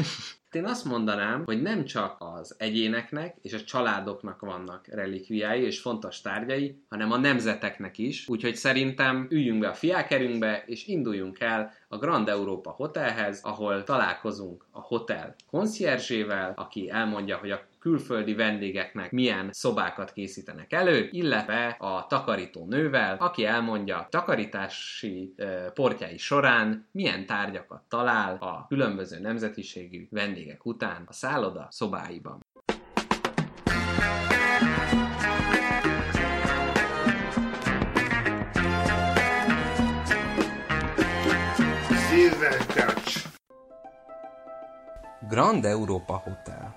Én azt mondanám, hogy nem csak az egyéneknek és a családoknak vannak relikviái és fontos tárgyai, hanem a nemzeteknek is, úgyhogy szerintem üljünk be a fiákerünkbe, és induljunk el a Grand Europa Hotelhez, ahol találkozunk a hotel koncierzsével, aki elmondja, hogy a külföldi vendégeknek milyen szobákat készítenek elő, illetve a takarító nővel, aki elmondja takarítási e, portjái során milyen tárgyakat talál a különböző nemzetiségű vendégek után a szálloda szobáiban.
Grand Europa Hotel.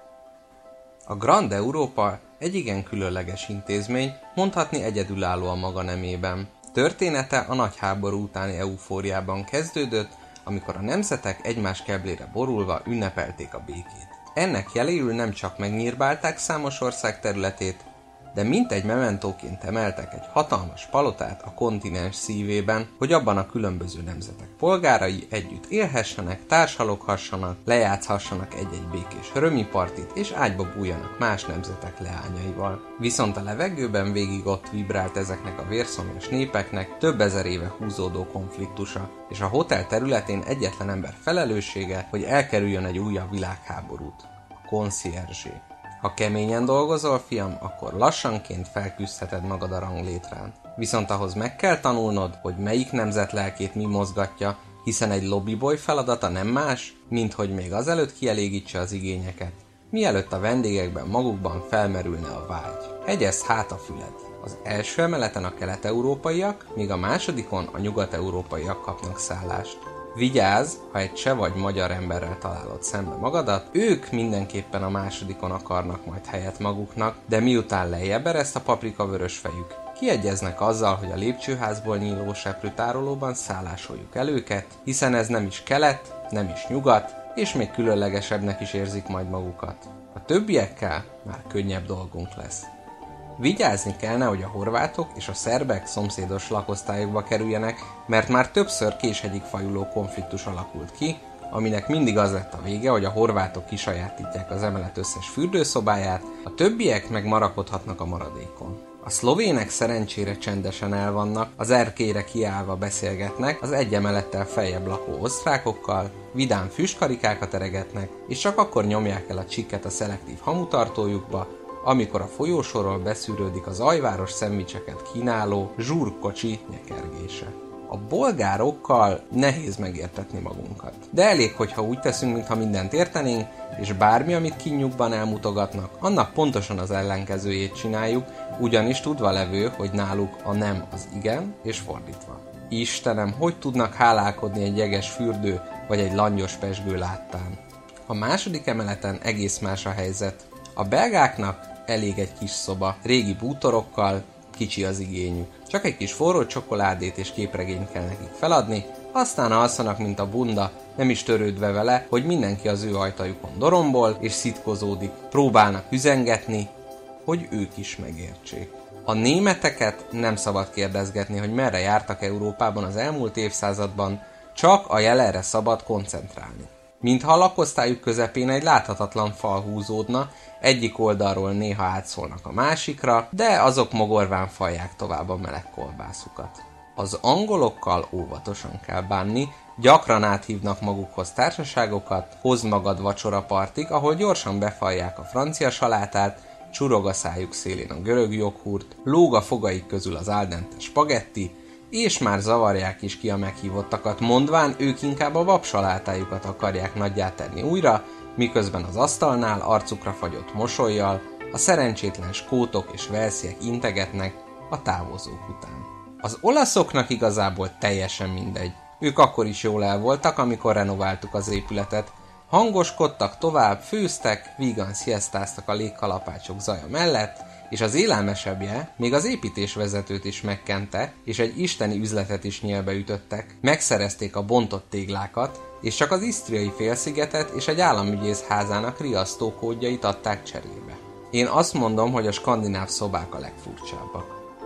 A Grand Europa egy igen különleges intézmény, mondhatni egyedülálló a maga nemében. Története a nagy háború utáni eufóriában kezdődött, amikor a nemzetek egymás keblére borulva ünnepelték a békét. Ennek jeléül nem csak megnyírbálták számos ország területét, de mintegy mementóként emeltek egy hatalmas palotát a kontinens szívében, hogy abban a különböző nemzetek polgárai együtt élhessenek, társaloghassnak, lejátszhassanak egy-egy békés örömipartit, és ágyba bújjanak más nemzetek leányaival. Viszont a levegőben végig ott vibrált ezeknek a vérszomjas népeknek több ezer éve húzódó konfliktusa, és a hotel területén egyetlen ember felelőssége, hogy elkerüljön egy újabb világháborút. A concierge. Ha keményen dolgozol, fiam, akkor lassanként felküzdheted magad a ranglétrán. Viszont ahhoz meg kell tanulnod, hogy melyik nemzet lelkét mi mozgatja, hiszen egy lobbyboy feladata nem más, mint hogy még azelőtt kielégítse az igényeket, mielőtt a vendégekben magukban felmerülne a vágy. Hegyezd hát a füled. Az első emeleten a kelet-európaiak, míg a másodikon a nyugat-európaiak kapnak szállást. Vigyázz, ha egy cseh vagy magyar emberrel találod szembe magadat, ők mindenképpen a másodikon akarnak majd helyet maguknak, de miután lejjebb ereszt a paprikavörös fejük, kiegyeznek azzal, hogy a lépcsőházból nyíló seprűtárolóban szállásoljuk el őket, hiszen ez nem is kelet, nem is nyugat, és még különlegesebbnek is érzik majd magukat. A többiekkel már könnyebb dolgunk lesz. Vigyázni kellene, hogy a horvátok és a szerbek szomszédos lakosztályokba kerüljenek, mert már többször késhegyig fajuló konfliktus alakult ki, aminek mindig az lett a vége, hogy a horvátok kisajátítják az emelet összes fürdőszobáját, a többiek meg marakodhatnak a maradékon. A szlovének szerencsére csendesen el vannak, az erkélyre kiállva beszélgetnek, az egy emelettel feljebb lakó osztrákokkal, vidám füstkarikákat eregetnek, és csak akkor nyomják el a csikket a szelektív hamutartójukba, amikor a folyósorról beszűrődik az ajváros szendvicseket kínáló zsúrkocsi nyekergése. A bolgárokkal nehéz megértetni magunkat. De elég, hogyha úgy teszünk, mintha mindent értenénk, és bármi, amit kínjukban elmutogatnak, annak pontosan az ellenkezőjét csináljuk, ugyanis tudva levő, hogy náluk a nem az igen, és fordítva. Istenem, hogy tudnak hálálkodni egy jeges fürdő, vagy egy langyos pezsgő láttán? A második emeleten egész más a helyzet. A belgáknak elég egy kis szoba, régi bútorokkal, kicsi az igényük. Csak egy kis forró csokoládét és képregényt kell nekik feladni, aztán alszanak, mint a bunda, nem is törődve vele, hogy mindenki az ő ajtajukon dorombol és szitkozódik. Próbálnak üzengetni, hogy ők is megértsék. A németeket nem szabad kérdezgetni, hogy merre jártak Európában az elmúlt évszázadban, csak a jelenre szabad koncentrálni. Mintha a lakosztályuk közepén egy láthatatlan fal húzódna, egyik oldalról néha átszólnak a másikra, de azok mogorván falják tovább a meleg kolbászukat. Az angolokkal óvatosan kell bánni, gyakran áthívnak magukhoz társaságokat, hozd magad vacsorapartig, ahol gyorsan befalják a francia salátát, csurog a szájuk szélén a görög joghurt, lóg a fogaik közül az al dente spagetti, és már zavarják is ki a meghívottakat, mondván ők inkább a vapsalátájukat akarják nagyjá tenni újra, miközben az asztalnál arcukra fagyott mosollyal a szerencsétlen skótok és velsziek integetnek a távozók után. Az olaszoknak igazából teljesen mindegy. Ők akkor is jól el voltak, amikor renováltuk az épületet. Hangoskodtak tovább, főztek, vígan sziasztáztak a légkalapácsok zaja mellett, és az élelmesebbje még az építésvezetőt is megkente, és egy isteni üzletet is nyélbe ütöttek. Megszerezték a bontott téglákat, és csak az isztriai félszigetet és egy államügyész házának riasztókódjait adták cserébe. Én azt mondom, hogy a skandináv szobák a legfurcsábbak.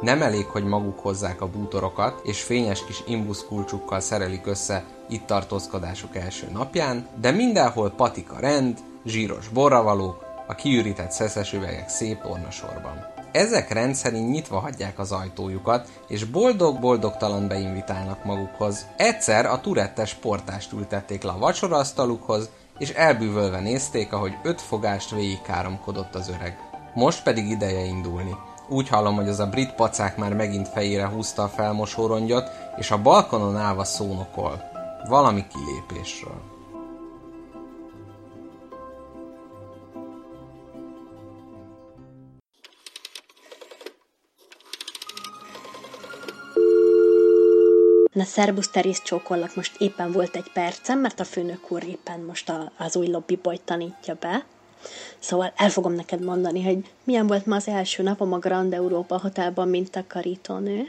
Nem elég, hogy maguk hozzák a bútorokat, és fényes kis imbuszkulcsukkal szerelik össze itt tartózkodásuk első napján, de mindenhol patika rend, zsíros borravalók, a kiürített szeszes üvegek szép ornasorban. Ezek rendszerint nyitva hagyják az ajtójukat, és boldog-boldogtalan beinvitálnak magukhoz. Egyszer a turettes portást ültették le a vacsoraasztalukhoz, és elbűvölve nézték, ahogy öt fogást végigkáromkodott az öreg. Most pedig ideje indulni. Úgy hallom, hogy az a brit pacák már megint fejére húzta a felmosórongyot, és a balkonon állva szónokol. Valami kilépésről.
Na, szerbusz, Terész, csókollak, most éppen volt egy percem, mert a főnök úr éppen most a, az új lobbyboyt tanítja be. Szóval el fogom neked mondani, hogy milyen volt ma az első napom a Grand Europa Hotelban, mint takarítónő.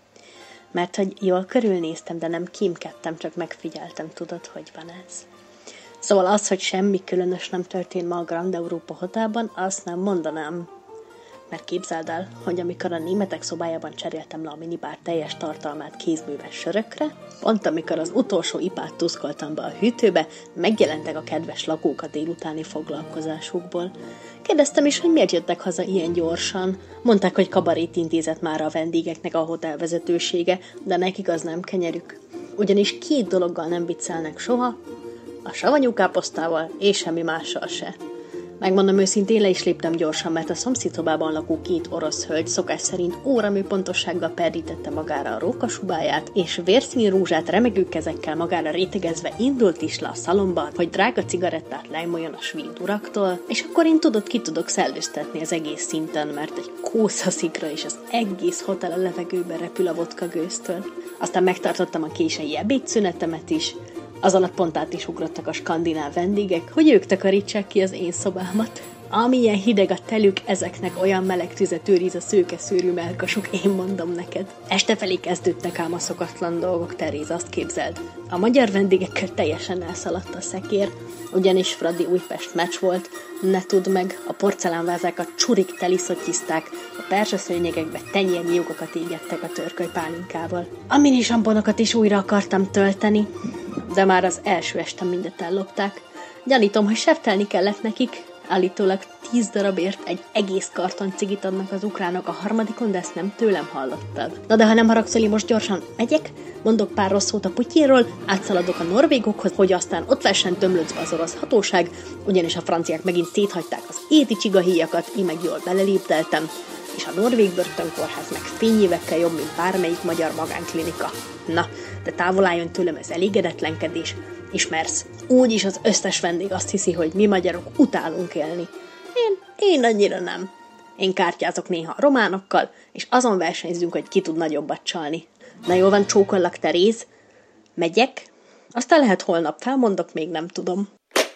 Mert hogy jól körülnéztem, de nem kémkedtem, csak megfigyeltem, tudod, hogy van ez. Szóval az, hogy semmi különös nem történt ma a Grand Europa Hotelban, azt nem mondanám. Mert képzeld el, hogy amikor a németek szobájában cseréltem le a minibár teljes tartalmát kézműves sörökre, pont amikor az utolsó ipát tuszkoltam be a hűtőbe, megjelentek a kedves lakók a délutáni foglalkozásukból. Kérdeztem is, hogy miért jöttek haza ilyen gyorsan. Mondták, hogy kabarét intézett már a vendégeknek a hotel vezetősége, de nekik az nem kenyerük. Ugyanis két dologgal nem viccelnek soha, a savanyú káposztával és semmi mással se. Megmondom őszintén, le is léptem gyorsan, mert a szomszédszobában lakó két orosz hölgy szokás szerint óramű pontossággal perdítette magára a rókasubáját, és vérszín rózsát remegő kezekkel magára rétegezve indult is le a szalomba, hogy drága cigarettát lejmoljon a svéd uraktól, és akkor én tudod, ki tudok szellőztetni az egész szinten, mert egy kószaszikra és az egész hotel a levegőbe repül a vodka gőztől. Aztán megtartottam a késői ebédszünetemet is. Az alatt pont át is ugrottak a skandináv vendégek, hogy ők takarítsák ki az én szobámat. Amilyen hideg a telük, ezeknek olyan meleg tüzet őriz a szőke szőrű melkasuk, én mondom neked. Este felé kezdődtek ám a szokatlan dolgok, Teréz, azt képzeld. A magyar vendégekkel teljesen elszaladt a szekér, ugyanis Fradi Újpest meccs volt, ne tudd meg, a porcelánvázákat csurik teliszottyizták, a perzsaszőnyegekbe tenyérnyi lyukakat égettek a törköly pálinkával. A mini samponokat is újra akartam tölteni, de már az első este mindet ellopták. Gyanítom, hogy septelni kellett nekik. Állítólag tíz darabért egy egész karton cigit adnak az ukránok a harmadikon, de ezt nem tőlem hallottad. Na de ha nem haragszol, én most gyorsan megyek, mondok pár rossz szót a Putyinról, átszaladok a norvégokhoz, hogy aztán ott lessen tömlöcve az orosz hatóság, ugyanis a franciák megint széthagyták az éti csigahíjakat, én meg jól belelépdeltem, és a norvég börtönkórház meg fényévekkel jobb, mint bármelyik magyar magánklinika. Na, de távol álljon tőlem ez elégedetlenkedés, ismersz. Úgyis az összes vendég azt hiszi, hogy mi magyarok utálunk élni. Én, én annyira nem. Én kártyázok néha a románokkal, és azon versenyzünk, hogy ki tud nagyobbat csalni. Na jól van, csókollak, Teréz. Megyek, aztán lehet holnap felmondok, még nem tudom.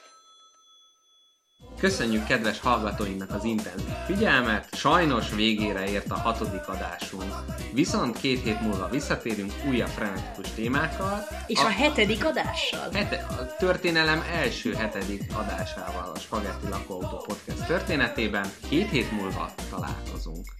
Köszönjük kedves hallgatóinknak az intenzív figyelmet, sajnos végére ért a hatodik adásunk. Viszont két hét múlva visszatérünk újabb frenetikus témákkal.
És a, a hetedik adással?
Hete, a történelem első hetedik adásával a Spagetti Lakóautó Podcast történetében. Két hét múlva találkozunk.